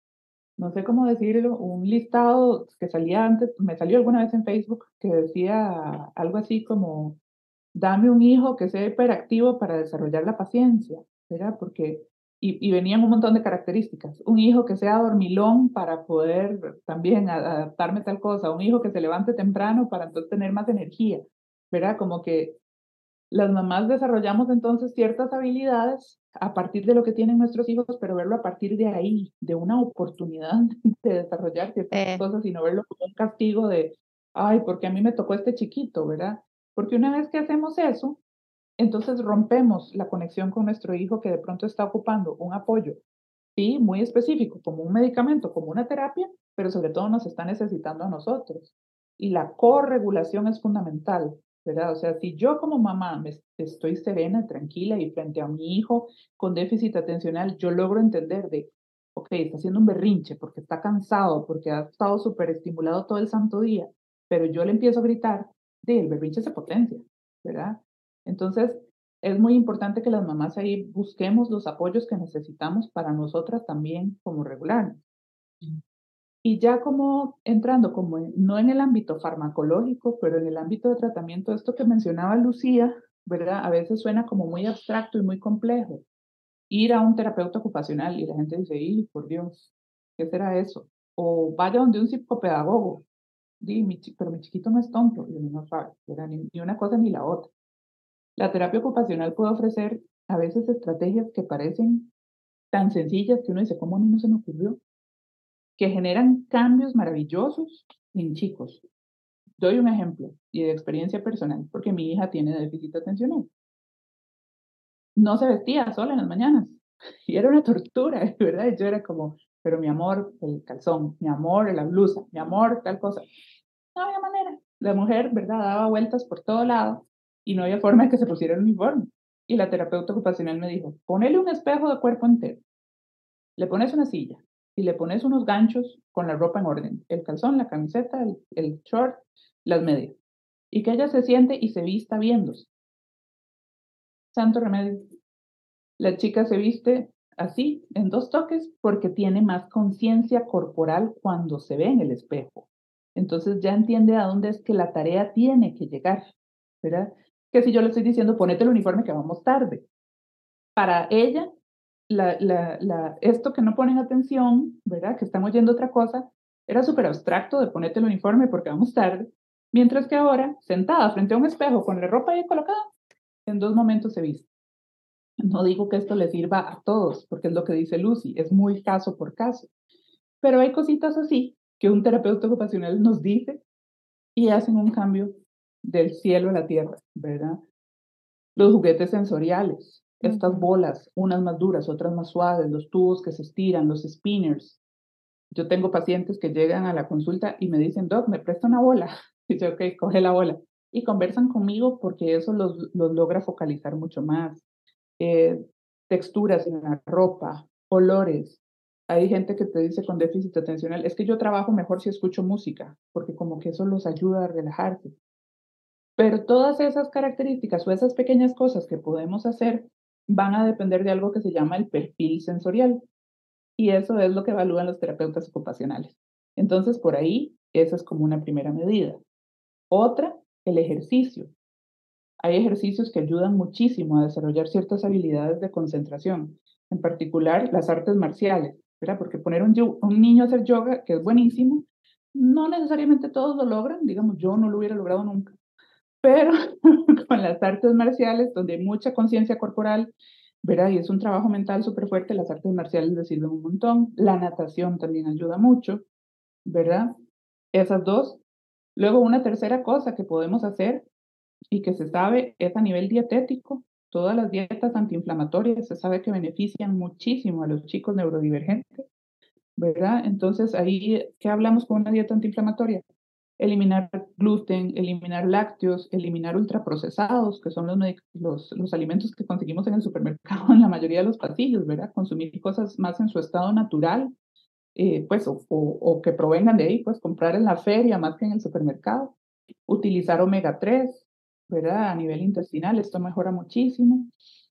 no sé cómo decirlo, un listado que salía antes, me salió alguna vez en Facebook, que decía algo así como, dame un hijo que sea hiperactivo para desarrollar la paciencia, ¿verdad? Porque, y, y venían un montón de características. Un hijo que sea dormilón para poder también adaptarme a tal cosa, un hijo que se levante temprano para entonces tener más energía, ¿verdad? Como que las mamás desarrollamos entonces ciertas habilidades a partir de lo que tienen nuestros hijos, pero verlo a partir de ahí, de una oportunidad de desarrollar ciertas Eh, cosas y no verlo como un castigo de, ay, porque a mí me tocó este chiquito, ¿verdad? Porque una vez que hacemos eso, entonces rompemos la conexión con nuestro hijo que de pronto está ocupando un apoyo, sí, muy específico, como un medicamento, como una terapia, pero sobre todo nos está necesitando a nosotros. Y la corregulación es fundamental, ¿verdad? O sea, si yo como mamá me estoy serena, tranquila y frente a mi hijo con déficit atencional, yo logro entender de, ok, está haciendo un berrinche porque está cansado, porque ha estado súper estimulado todo el santo día, pero yo le empiezo a gritar, de, el berrinche se potencia, ¿verdad? Entonces, es muy importante que las mamás ahí busquemos los apoyos que necesitamos para nosotras también como regularnos. Y ya como entrando como en- no en el ámbito farmacológico, pero en el ámbito de tratamiento, esto que mencionaba Lucía, ¿verdad? A veces suena como muy abstracto y muy complejo. Ir a un terapeuta ocupacional y la gente dice, ¡y por Dios! ¿Qué será eso? O vaya donde un psicopedagogo. Di, mi chi- pero mi chiquito no es tonto, y uno no sabe, ¿verdad? Ni, ni una cosa ni la otra. La terapia ocupacional puede ofrecer a veces estrategias que parecen tan sencillas que uno dice, ¿cómo a mí no se me ocurrió? Que generan cambios maravillosos en chicos. Doy un ejemplo y de experiencia personal, porque mi hija tiene déficit atencional. No se vestía sola en las mañanas y era una tortura, ¿verdad? Y yo era como, pero mi amor, el calzón, mi amor, la blusa, mi amor, tal cosa. No había manera. La mujer, ¿verdad? Daba vueltas por todo lado y no había forma de que se pusiera el uniforme. Y la terapeuta ocupacional me dijo, ponele un espejo de cuerpo entero, le pones una silla y le pones unos ganchos con la ropa en orden, el calzón, la camiseta, el, el short, las medias. Y que ella se siente y se vista viéndose. Santo remedio. La chica se viste así, en dos toques, porque tiene más conciencia corporal cuando se ve en el espejo. Entonces ya entiende a dónde es que la tarea tiene que llegar, ¿verdad? Que si yo le estoy diciendo, ponete el uniforme que vamos tarde. Para ella, la, la, la, esto que no ponen atención, ¿verdad? Que están oyendo otra cosa, era súper abstracto de ponerte el uniforme porque vamos tarde, mientras que ahora, sentada frente a un espejo con la ropa ahí colocada, en dos momentos se viste. No digo que esto le sirva a todos, porque es lo que dice Lucy, es muy caso por caso, pero hay cositas así que un terapeuta ocupacional nos dice y hacen un cambio del cielo a la tierra, ¿verdad? Los juguetes sensoriales, estas Ujú. bolas, unas más duras, otras más suaves, los tubos que se estiran, los spinners. Yo tengo pacientes que llegan a la consulta y me dicen, Doc, ¿me presta una bola? Y yo, ok, coge la bola. Y conversan conmigo porque eso los, los logra focalizar mucho más. Eh, texturas en la ropa, olores. Hay gente que te dice con déficit atencional, es que yo trabajo mejor si escucho música, porque como que eso los ayuda a relajarse. Pero todas esas características o esas pequeñas cosas que podemos hacer van a depender de algo que se llama el perfil sensorial. Y eso es lo que evalúan los terapeutas ocupacionales. Entonces, por ahí, esa es como una primera medida. Otra, el ejercicio. Hay ejercicios que ayudan muchísimo a desarrollar ciertas habilidades de concentración, en particular las artes marciales, ¿verdad? Porque poner un, un niño a hacer yoga, que es buenísimo, no necesariamente todos lo logran, digamos, yo no lo hubiera logrado nunca, pero con las artes marciales, donde hay mucha conciencia corporal, ¿verdad? Y es un trabajo mental súper fuerte, las artes marciales les sirven un montón, la natación también ayuda mucho, ¿verdad? Esas dos. Luego, una tercera cosa que podemos hacer y que se sabe es a nivel dietético. Todas las dietas antiinflamatorias se sabe que benefician muchísimo a los chicos neurodivergentes, ¿verdad? Entonces, ahí, ¿qué hablamos con una dieta antiinflamatoria? Eliminar gluten, eliminar lácteos, eliminar ultraprocesados, que son los, los, los alimentos que conseguimos en el supermercado en la mayoría de los pasillos, ¿verdad? Consumir cosas más en su estado natural, eh, pues, o, o, o que provengan de ahí, pues, comprar en la feria más que en el supermercado. Utilizar omega tres, ¿verdad? A nivel intestinal, esto mejora muchísimo.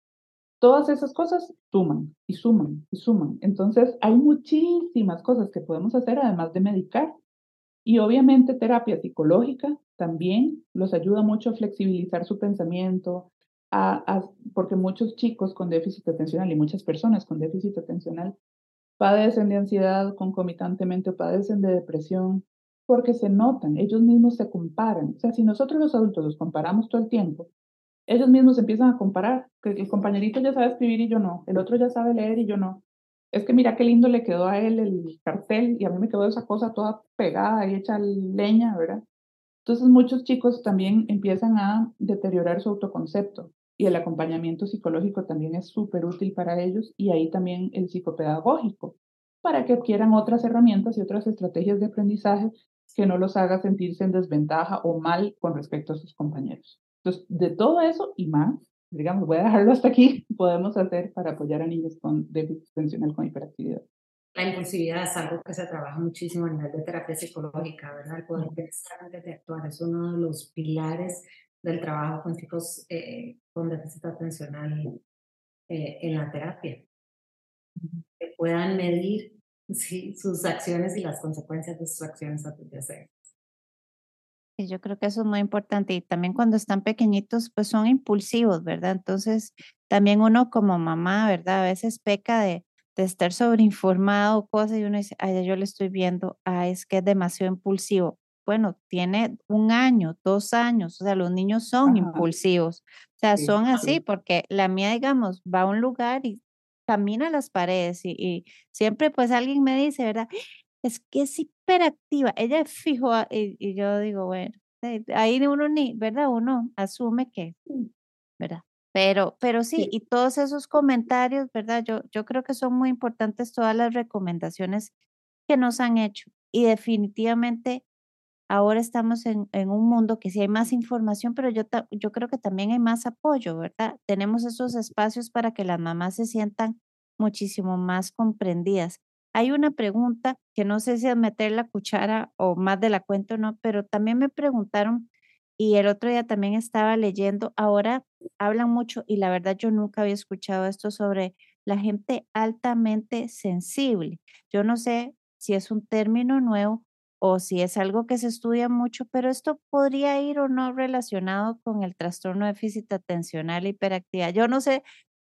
Todas esas cosas suman y suman y suman. Entonces, hay muchísimas cosas que podemos hacer además de medicar. Y obviamente terapia psicológica también los ayuda mucho a flexibilizar su pensamiento, a, a, porque muchos chicos con déficit atencional y muchas personas con déficit atencional padecen de ansiedad concomitantemente o padecen de depresión porque se notan, ellos mismos se comparan. O sea, si nosotros los adultos los comparamos todo el tiempo, ellos mismos empiezan a comparar, que el compañerito ya sabe escribir y yo no, el otro ya sabe leer y yo no. Es que mira qué lindo le quedó a él el cartel y a mí me quedó esa cosa toda pegada y hecha leña, ¿verdad? Entonces muchos chicos también empiezan a deteriorar su autoconcepto y el acompañamiento psicológico también es súper útil para ellos y ahí también el psicopedagógico, para que adquieran otras herramientas y otras estrategias de aprendizaje que no los haga sentirse en desventaja o mal con respecto a sus compañeros. Entonces, de todo eso y más, digamos, voy a dejarlo hasta aquí, podemos hacer para apoyar a niños con déficit atencional con hiperactividad. La impulsividad es algo que se trabaja muchísimo a nivel de terapia psicológica, ¿verdad? El poder pensar antes de actuar es uno de los pilares del trabajo con chicos eh, con déficit atencional eh, en la terapia. Que puedan medir sí, sus acciones y las consecuencias de sus acciones antes de hacer. Y yo creo que eso es muy importante. Y también cuando están pequeñitos, pues son impulsivos, ¿verdad? Entonces, también uno como mamá, ¿verdad? A veces peca de, de estar sobreinformado o cosas y uno dice, ay, ya yo le estoy viendo, ay, es que es demasiado impulsivo. Bueno, tiene un año, dos años, o sea, los niños son Ajá, impulsivos. O sea, sí, son así sí. porque la mía, digamos, va a un lugar y camina las paredes y, y siempre pues alguien me dice, ¿verdad? Es que es hiperactiva, ella es fijo, ah, y y yo digo, bueno, eh, ahí uno ni, ¿verdad? Uno asume que, ¿verdad? Pero pero sí, Sí. y todos esos comentarios, ¿verdad? Yo yo creo que son muy importantes todas las recomendaciones que nos han hecho, y definitivamente ahora estamos en en un mundo que sí hay más información, pero yo ta yo creo que también hay más apoyo, ¿verdad? Tenemos esos espacios para que las mamás se sientan muchísimo más comprendidas. Hay una pregunta que no sé si es meter la cuchara o más de la cuenta o no, pero también me preguntaron, y el otro día también estaba leyendo, ahora hablan mucho, y la verdad yo nunca había escuchado esto sobre la gente altamente sensible. Yo no sé si es un término nuevo o si es algo que se estudia mucho, pero esto podría ir o no relacionado con el trastorno de déficit atencional e hiperactividad. Yo no sé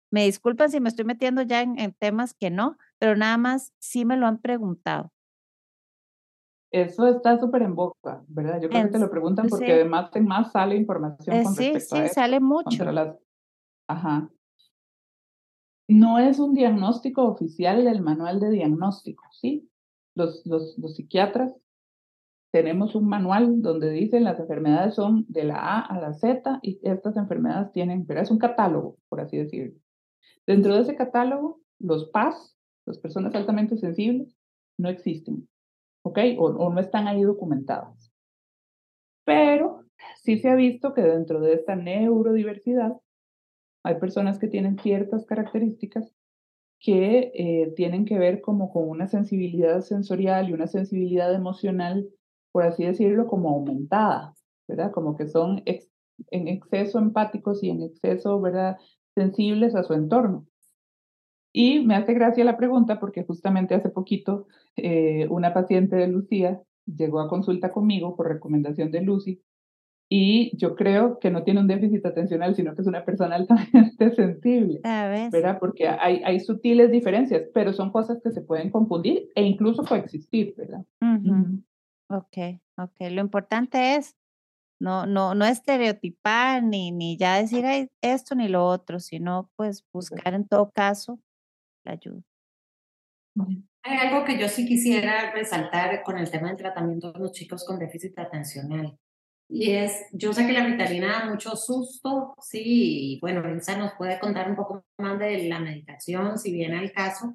Me disculpan si me estoy metiendo ya en, en temas que no, pero nada más sí me lo han preguntado. Eso está súper en boca, ¿verdad? Yo creo que En, te lo preguntan porque sí, de más en más sale información eh, con sí, respecto a sí, sale esto, mucho. contra las... Ajá. No es un diagnóstico oficial del manual de diagnóstico, ¿sí? Los, los, los psiquiatras tenemos un manual donde dicen las enfermedades son de la A a la Z y estas enfermedades tienen, pero es un catálogo, por así decirlo. Dentro de ese catálogo, los P A S, las personas altamente sensibles, no existen, ¿ok? O, o no están ahí documentadas. Pero sí se ha visto que dentro de esta neurodiversidad hay personas que tienen ciertas características que eh, tienen que ver como con una sensibilidad sensorial y una sensibilidad emocional, por así decirlo, como aumentada, ¿verdad? Como que son ex, en exceso empáticos y en exceso, ¿verdad? Sensibles a su entorno. Y me hace gracia la pregunta porque justamente hace poquito eh, una paciente de Lucía llegó a consulta conmigo por recomendación de Lucy y yo creo que no tiene un déficit atencional, sino que es una persona altamente sensible, A ver. ¿verdad? Porque hay, hay sutiles diferencias, pero son cosas que se pueden confundir e incluso coexistir, ¿verdad? Uh-huh. Uh-huh. Ok, ok. Lo importante es no, no, no estereotipar ni, ni ya decir "Ay, esto ni lo otro", sino pues buscar en todo caso la ayuda. Hay algo que yo sí quisiera resaltar con el tema del tratamiento de los chicos con déficit atencional. Y es, yo sé que la Ritalina da mucho susto, sí, y bueno, Elsa nos puede contar un poco más de la medicación, si viene al caso.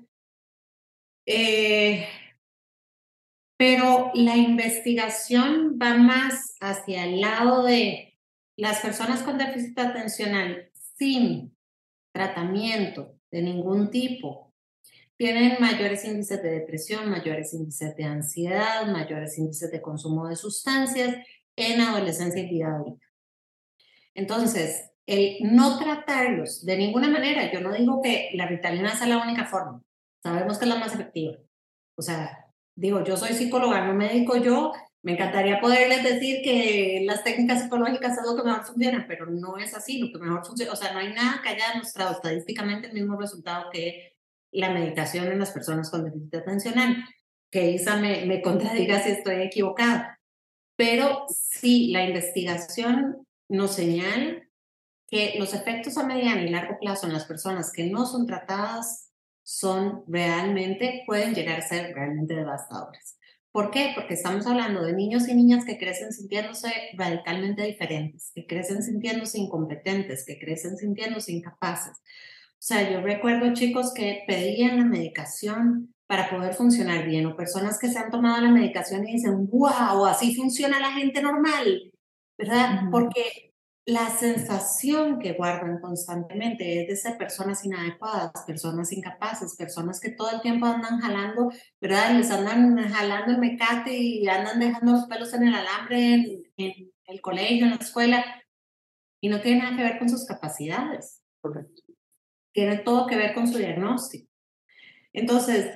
Eh, pero la investigación va más hacia el lado de las personas con déficit atencional sin tratamiento de ningún tipo. Tienen mayores índices de depresión, mayores índices de ansiedad, mayores índices de consumo de sustancias en adolescencia y vida adulta. Entonces, el no tratarlos de ninguna manera, yo no digo que la Ritalina sea la única forma, sabemos que es la más efectiva. O sea, digo, yo soy psicóloga, no médico yo, me encantaría poderles decir que las técnicas psicológicas es lo que mejor funciona, pero no es así, lo que mejor funciona, o sea, no hay nada que haya demostrado estadísticamente el mismo resultado que la medicación en las personas con déficit atencional. Que Isa me, me contradiga si estoy equivocada. Pero sí, la investigación nos señala que los efectos a mediano y largo plazo en las personas que no son tratadas son realmente, pueden llegar a ser realmente devastadores. ¿Por qué? Porque estamos hablando de niños y niñas que crecen sintiéndose radicalmente diferentes, que crecen sintiéndose incompetentes, que crecen sintiéndose incapaces. O sea, yo recuerdo chicos que pedían la medicación para poder funcionar bien, o personas que se han tomado la medicación y dicen, wow, así funciona la gente normal, ¿verdad? Uh-huh. Porque la sensación que guardan constantemente es de ser personas inadecuadas, personas incapaces, personas que todo el tiempo andan jalando, ¿verdad? Les andan jalando el mecate y andan dejando los pelos en el alambre en, en el colegio, en la escuela, y no tiene nada que ver con sus capacidades. Correcto. Tiene todo que ver con su diagnóstico. Entonces,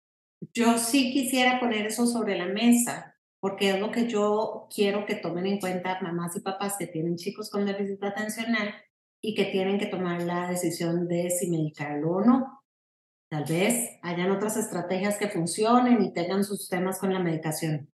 yo sí quisiera poner eso sobre la mesa, porque es lo que yo quiero que tomen en cuenta mamás y papás que tienen chicos con déficit atencional y que tienen que tomar la decisión de si medicarlo o no. Tal vez hayan otras estrategias que funcionen y tengan sus temas con la medicación.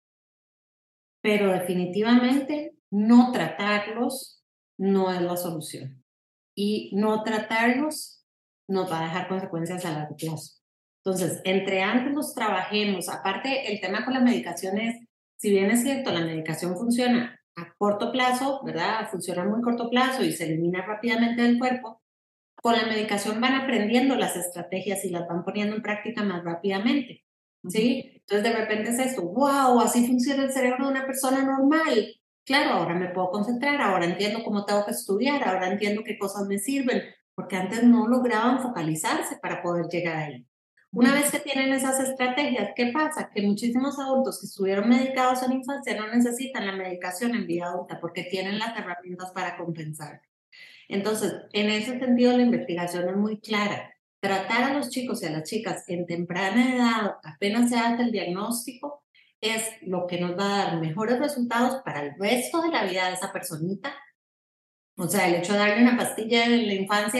Pero definitivamente no tratarlos no es la solución. Y no tratarlos nos va a dejar consecuencias a largo plazo. Entonces, entre antes los trabajemos, aparte el tema con la medicación es, si bien es cierto, la medicación funciona a corto plazo, ¿verdad? Funciona a muy corto plazo y se elimina rápidamente del cuerpo, con la medicación van aprendiendo las estrategias y las van poniendo en práctica más rápidamente, ¿sí? Entonces, de repente es esto, wow, así funciona el cerebro de una persona normal. Claro, ahora me puedo concentrar, ahora entiendo cómo tengo que estudiar, ahora entiendo qué cosas me sirven, porque antes no lograban focalizarse para poder llegar ahí. Una vez que tienen esas estrategias, ¿qué pasa? Que muchísimos adultos que estuvieron medicados en infancia no necesitan la medicación en vida adulta porque tienen las herramientas para compensar. Entonces, en ese sentido, la investigación es muy clara. Tratar a los chicos y a las chicas en temprana edad, apenas se hace el diagnóstico, es lo que nos va a dar mejores resultados para el resto de la vida de esa personita. O sea, el hecho de darle una pastilla en la infancia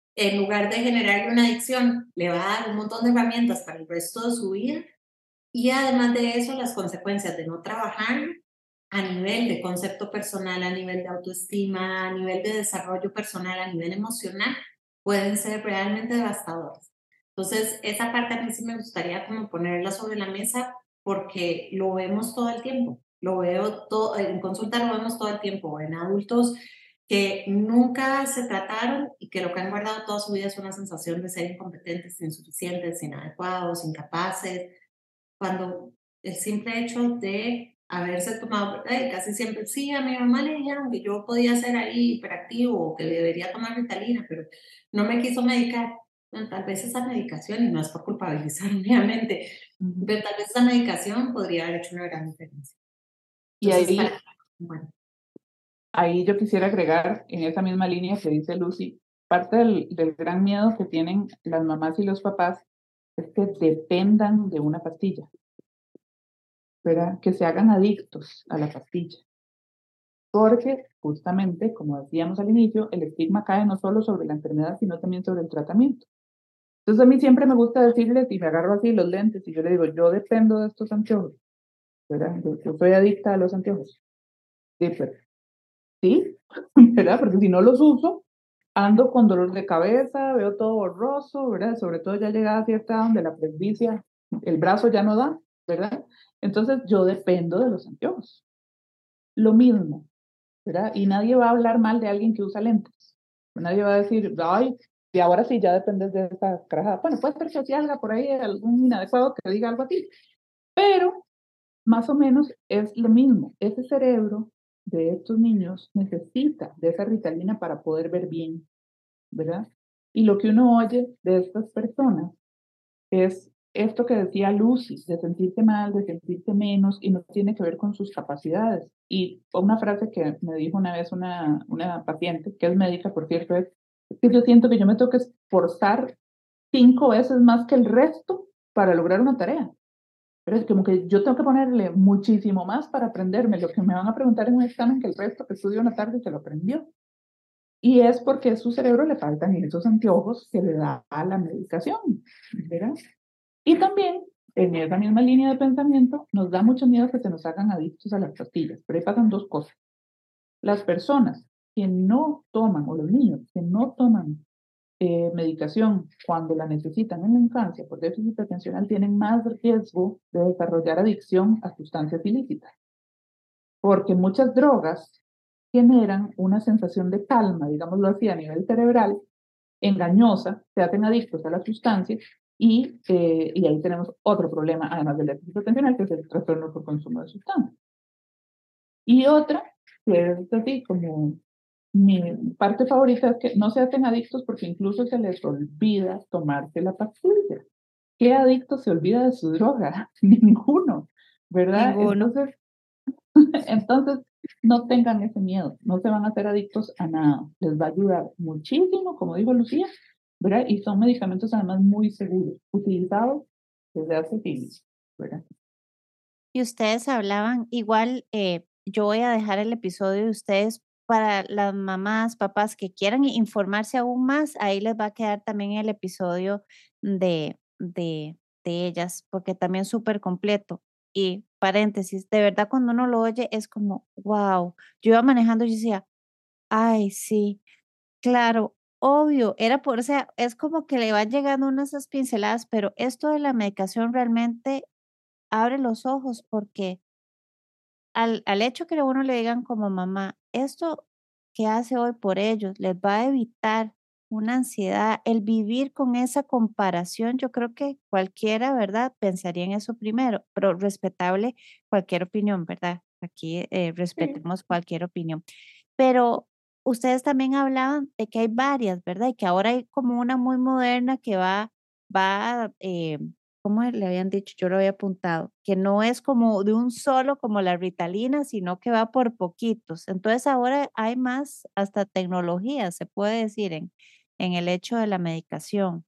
en lugar de generarle una adicción, le va a dar un montón de herramientas para el resto de su vida. Y además de eso, las consecuencias de no trabajar a nivel de concepto personal, a nivel de autoestima, a nivel de desarrollo personal, a nivel emocional, pueden ser realmente devastadoras. Entonces, esa parte a mí sí me gustaría como ponerla sobre la mesa porque lo vemos todo el tiempo. Lo veo todo, en consulta lo vemos todo el tiempo, en adultos que nunca se trataron y que lo que han guardado toda su vida es una sensación de ser incompetentes, insuficientes, inadecuados, incapaces, cuando el simple hecho de haberse tomado, eh, casi siempre, sí, a mi mamá le dijeron que yo podía ser ahí hiperactivo o que debería tomar Ritalina, pero no me quiso medicar. Bueno, tal vez esa medicación, y no es por culpabilizar, obviamente, Ujú. pero tal vez esa medicación podría haber hecho una gran diferencia. Y Entonces, ahí, para, bueno, ahí yo quisiera agregar en esa misma línea que dice Lucy, parte del, del gran miedo que tienen las mamás y los papás es que dependan de una pastilla, ¿verdad? Que se hagan adictos a la pastilla. Porque justamente, como decíamos al inicio, el estigma cae no solo sobre la enfermedad, sino también sobre el tratamiento. Entonces a mí siempre me gusta decirles, y me agarro así los lentes, y yo le digo, yo dependo de estos anteojos, ¿verdad? Yo, yo soy adicta a los anteojos. Sí, pero, sí, ¿verdad? Porque si no los uso, ando con dolor de cabeza, veo todo borroso, ¿verdad? Sobre todo ya llegada a cierta edad donde la presbicia, el brazo ya no da, ¿verdad? Entonces yo dependo de los anteojos. Lo mismo, ¿verdad? Y nadie va a hablar mal de alguien que usa lentes. Nadie va a decir, ay, y ahora sí ya dependes de esa carajada. Bueno, puede ser que si haga por ahí algún inadecuado que diga algo así, pero más o menos es lo mismo. Ese cerebro de estos niños necesita de esa Ritalina para poder ver bien, ¿verdad? Y lo que uno oye de estas personas es esto que decía Lucy, de sentirse mal, de sentirse menos, y no tiene que ver con sus capacidades. Y una frase que me dijo una vez una, una paciente, que es médica, por cierto, es que yo siento que yo me tengo que esforzar cinco veces más que el resto para lograr una tarea. Pero es como que yo tengo que ponerle muchísimo más para aprenderme lo que me van a preguntar en un examen que el resto que estudió una tarde se lo aprendió. Y es porque a su cerebro le faltan esos anteojos que le da a la medicación, ¿verdad? Y también, en esa misma línea de pensamiento, nos da mucho miedo que se nos hagan adictos a las pastillas, pero ahí pasan dos cosas. Las personas que no toman, o los niños que no toman eh, medicación cuando la necesitan en la infancia por déficit atencional, tienen más riesgo de desarrollar adicción a sustancias ilícitas, porque muchas drogas generan una sensación de calma, digámoslo así, a nivel cerebral, engañosa, se hacen adictos a la sustancia y, eh, y ahí tenemos otro problema, además del déficit atencional, que es el trastorno por consumo de sustancias. Y otra, que es así como mi parte favorita, es que no se hacen adictos porque incluso se les olvida tomarse la pastilla. ¿Qué adicto se olvida de su droga? Ninguno, ¿verdad? Ninguno. Entonces, entonces, no tengan ese miedo, no se van a hacer adictos a nada. Les va a ayudar muchísimo, como dijo Lucía, ¿verdad? Y son medicamentos además muy seguros, utilizados desde hace siglos, ¿verdad? Y ustedes hablaban, igual eh, yo voy a dejar el episodio de ustedes para las mamás, papás que quieran informarse aún más, ahí les va a quedar también el episodio de, de, de ellas, porque también es súper completo. Y paréntesis, de verdad cuando uno lo oye es como, wow, yo iba manejando y decía, ay, sí, claro, obvio, era por, o sea, es como que le van llegando unas esas pinceladas, pero esto de la medicación realmente abre los ojos porque al, al hecho que a uno le digan como mamá, esto que hace hoy por ellos les va a evitar una ansiedad, el vivir con esa comparación, yo creo que cualquiera, ¿verdad? Pensaría en eso primero, pero respetable cualquier opinión, ¿verdad? Aquí eh, Sí. respetemos cualquier opinión. Pero ustedes también hablaban de que hay varias, ¿verdad? Y que ahora hay como una muy moderna que va, va, eh, ¿cómo le habían dicho? Yo lo había apuntado, que no es como de un solo como la Ritalina, sino que va por poquitos. Entonces ahora hay más hasta tecnología, se puede decir, en, en el hecho de la medicación.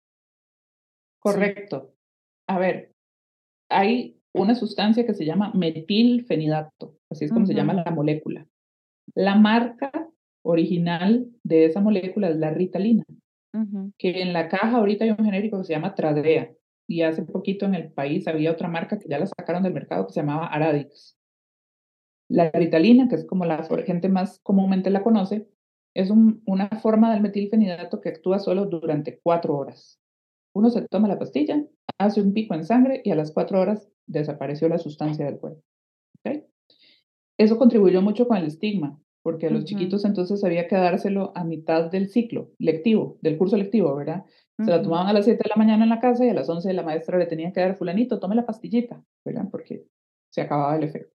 Sí. Correcto. A ver, hay una sustancia que se llama metilfenidato, así es como se llama Ujú. la molécula. La marca original de esa molécula es la Ritalina. Ujú. que en la caja ahorita hay un genérico que se llama Tradea, y hace poquito en el país había otra marca que ya la sacaron del mercado que se llamaba Aradix. La Ritalina, que es como la gente más comúnmente la conoce, es un, una forma del metilfenidato que actúa solo durante cuatro horas. Uno se toma la pastilla, hace un pico en sangre y a las cuatro horas desapareció la sustancia del cuerpo. ¿Okay? Eso contribuyó mucho con el estigma, porque a los Ujú. chiquitos entonces había que dárselo a mitad del ciclo lectivo, del curso lectivo, ¿verdad? Se la Ujú. tomaban a las siete de la mañana en la casa y a las once la maestra le tenía que dar, fulanito, tome la pastillita, ¿verdad? Porque se acababa el efecto.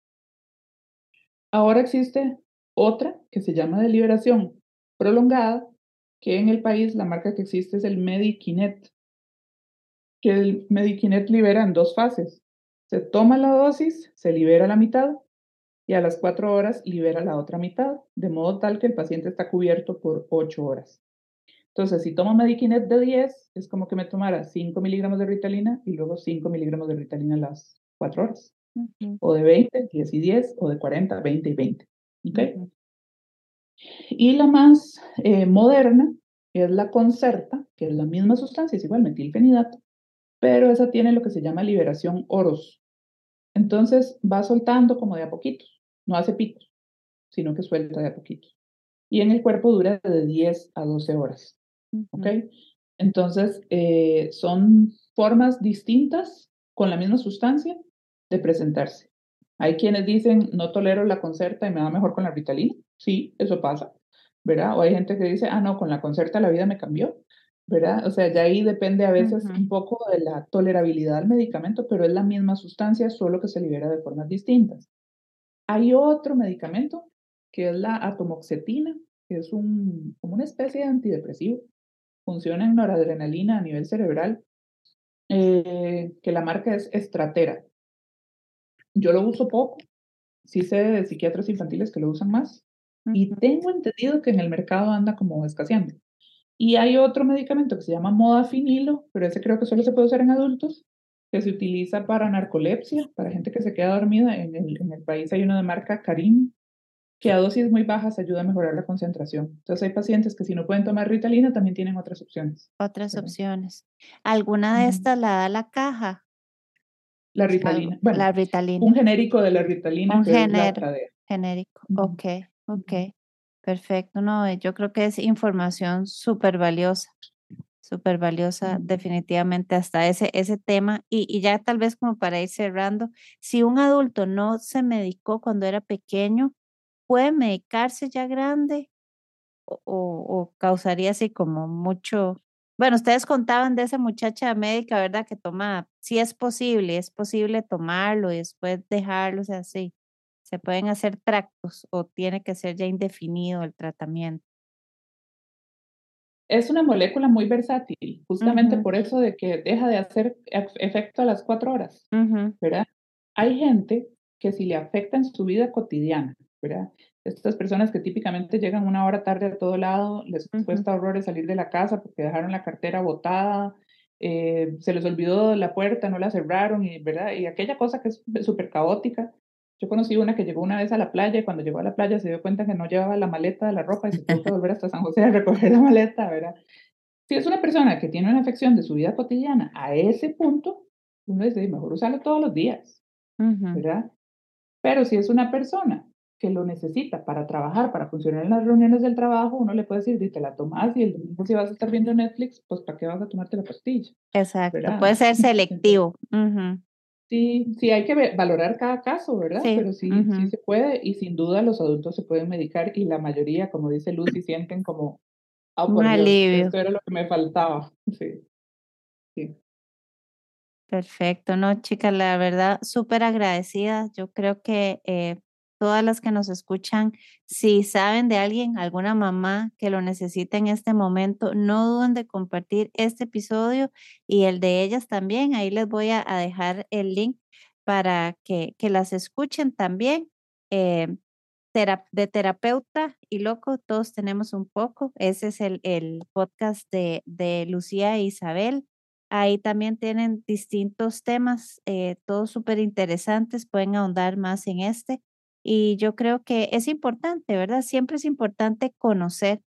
Ahora existe otra que se llama de liberación prolongada, que en el país la marca que existe es el Medikinet, que el Medikinet libera en dos fases. Se toma la dosis, se libera la mitad y a las cuatro horas libera la otra mitad, de modo tal que el paciente está cubierto por ocho horas. Entonces, si tomo Medikinet de diez, es como que me tomara cinco miligramos de Ritalina y luego cinco miligramos de Ritalina a las cuatro horas. Ujú. O de veinte, diez y diez, o de cuarenta, veinte y veinte. ¿Okay? Ujú. Y la más eh, moderna es la Concerta, que es la misma sustancia, es igual metilfenidato, pero esa tiene lo que se llama liberación oros. Entonces va soltando como de a poquitos, no hace picos, sino que suelta de a poquitos. Y en el cuerpo dura de diez a doce horas. ¿Ok? Ujú. Entonces eh, son formas distintas con la misma sustancia de presentarse. Hay quienes dicen, no tolero la Concerta y me va mejor con la Ritalina. Sí, eso pasa, ¿verdad? O hay gente que dice, ah, no, con la Concerta la vida me cambió, ¿verdad? O sea, ya ahí depende a veces Ujú. un poco de la tolerabilidad al medicamento, pero es la misma sustancia, solo que se libera de formas distintas. Hay otro medicamento que es la atomoxetina, que es un, como una especie de antidepresivo. Funciona en noradrenalina a nivel cerebral, eh, que la marca es Estratera. Yo lo uso poco, sí sé de psiquiatras infantiles que lo usan más, y Ujú. tengo entendido que en el mercado anda como escaseando. Y hay otro medicamento que se llama modafinilo, pero ese creo que solo se puede usar en adultos, que se utiliza para narcolepsia, para gente que se queda dormida. En el, en el país hay uno de marca Carim, que a dosis muy bajas ayuda a mejorar la concentración. Entonces hay pacientes que si no pueden tomar Ritalina también tienen otras opciones, Otras ¿verdad? opciones. ¿Alguna de Ujú. estas la da la caja? La Algo, Ritalina, la bueno, un Ritalina. genérico de la Ritalina Un que es la género Tradea. genérico. Ujú, Ok, ok. ujú. Perfecto. No, eh, yo creo que es información súper valiosa, súper valiosa, Ujú. definitivamente hasta ese, ese tema. Y, y ya tal vez como para ir cerrando, si un adulto no se medicó cuando era pequeño, ¿puede medicarse ya grande o, o- o causaría así como mucho? Bueno, ustedes contaban de esa muchacha médica, ¿verdad? Que toma, sí es posible, es posible tomarlo y después dejarlo, o sea, sí, se pueden hacer tractos o tiene que ser ya indefinido el tratamiento. Es una molécula muy versátil, justamente Ujú. por eso de que deja de hacer ef- efecto a las cuatro horas, Ujú. ¿verdad? Hay gente que si le afecta en su vida cotidiana, ¿verdad? Estas personas que típicamente llegan una hora tarde a todo lado, les Ujú. cuesta horrores salir de la casa porque dejaron la cartera botada, eh, se les olvidó la puerta, no la cerraron, y, ¿verdad? Y aquella cosa que es súper caótica. Yo conocí una que llegó una vez a la playa y cuando llegó a la playa se dio cuenta que no llevaba la maleta de la ropa y se tuvo que volver hasta San José a recoger la maleta, ¿verdad? Si es una persona que tiene una afección de su vida cotidiana a ese punto, uno dice, mejor usarlo todos los días, Ujú. ¿verdad? Pero si es una persona que lo necesita para trabajar, para funcionar en las reuniones del trabajo, uno le puede decir, "Di, te la tomas y el domingo si vas a estar viendo Netflix, pues ¿para qué vas a tomarte la pastilla? Exacto, ¿Verdad? puede ser Entonces, selectivo. Ujú. sí, sí hay que ve- valorar cada caso, ¿verdad? Sí. Pero sí, sí Ujú. se puede y sin duda los adultos se pueden medicar y la mayoría, como dice Lucy, sienten como, oh Un por Dios, alivio. esto era lo que me faltaba. Sí, sí. Perfecto, no, chicas, la verdad, súper agradecida. Yo creo que eh, todas las que nos escuchan, si saben de alguien, alguna mamá que lo necesita en este momento, no duden de compartir este episodio y el de ellas también. Ahí les voy a, a dejar el link para que, que las escuchen también. Eh, tera- de terapeuta y loco, todos tenemos un poco. Ese es el, el podcast de, de Lucía e Isabel. Ahí también tienen distintos temas, eh, todos súper interesantes, pueden ahondar más en este. Y yo creo que es importante, ¿verdad? Siempre es importante conocer.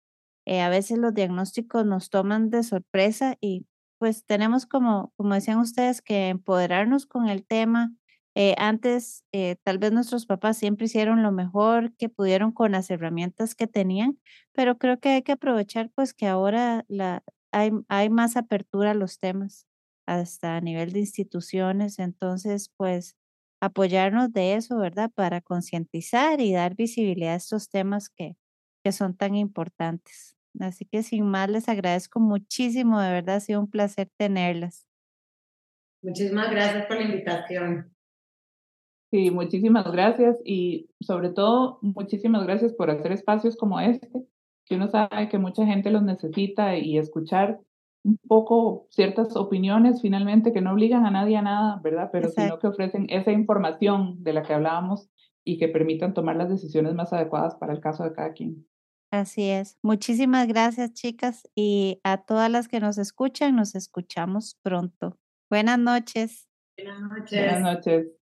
Eh, a veces los diagnósticos nos toman de sorpresa y pues tenemos como, como decían ustedes, que empoderarnos con el tema. Eh, antes, eh, tal vez nuestros papás siempre hicieron lo mejor que pudieron con las herramientas que tenían, pero creo que hay que aprovechar pues que ahora la, hay, hay más apertura a los temas, hasta a nivel de instituciones. Entonces, pues apoyarnos de eso, ¿verdad? Para concientizar y dar visibilidad a estos temas que, que son tan importantes. Así que sin más, les agradezco muchísimo, de verdad ha sido un placer tenerlas. Muchísimas gracias por la invitación. Sí, muchísimas gracias y sobre todo muchísimas gracias por hacer espacios como este, que uno sabe que mucha gente los necesita y escuchar un poco ciertas opiniones finalmente que no obligan a nadie a nada, ¿verdad? Pero sino Exacto. que ofrecen esa información de la que hablábamos y que permitan tomar las decisiones más adecuadas para el caso de cada quien. Así es. Muchísimas gracias, chicas, y a todas las que nos escuchan, nos escuchamos pronto. Buenas noches. Buenas Buenas noches. noches.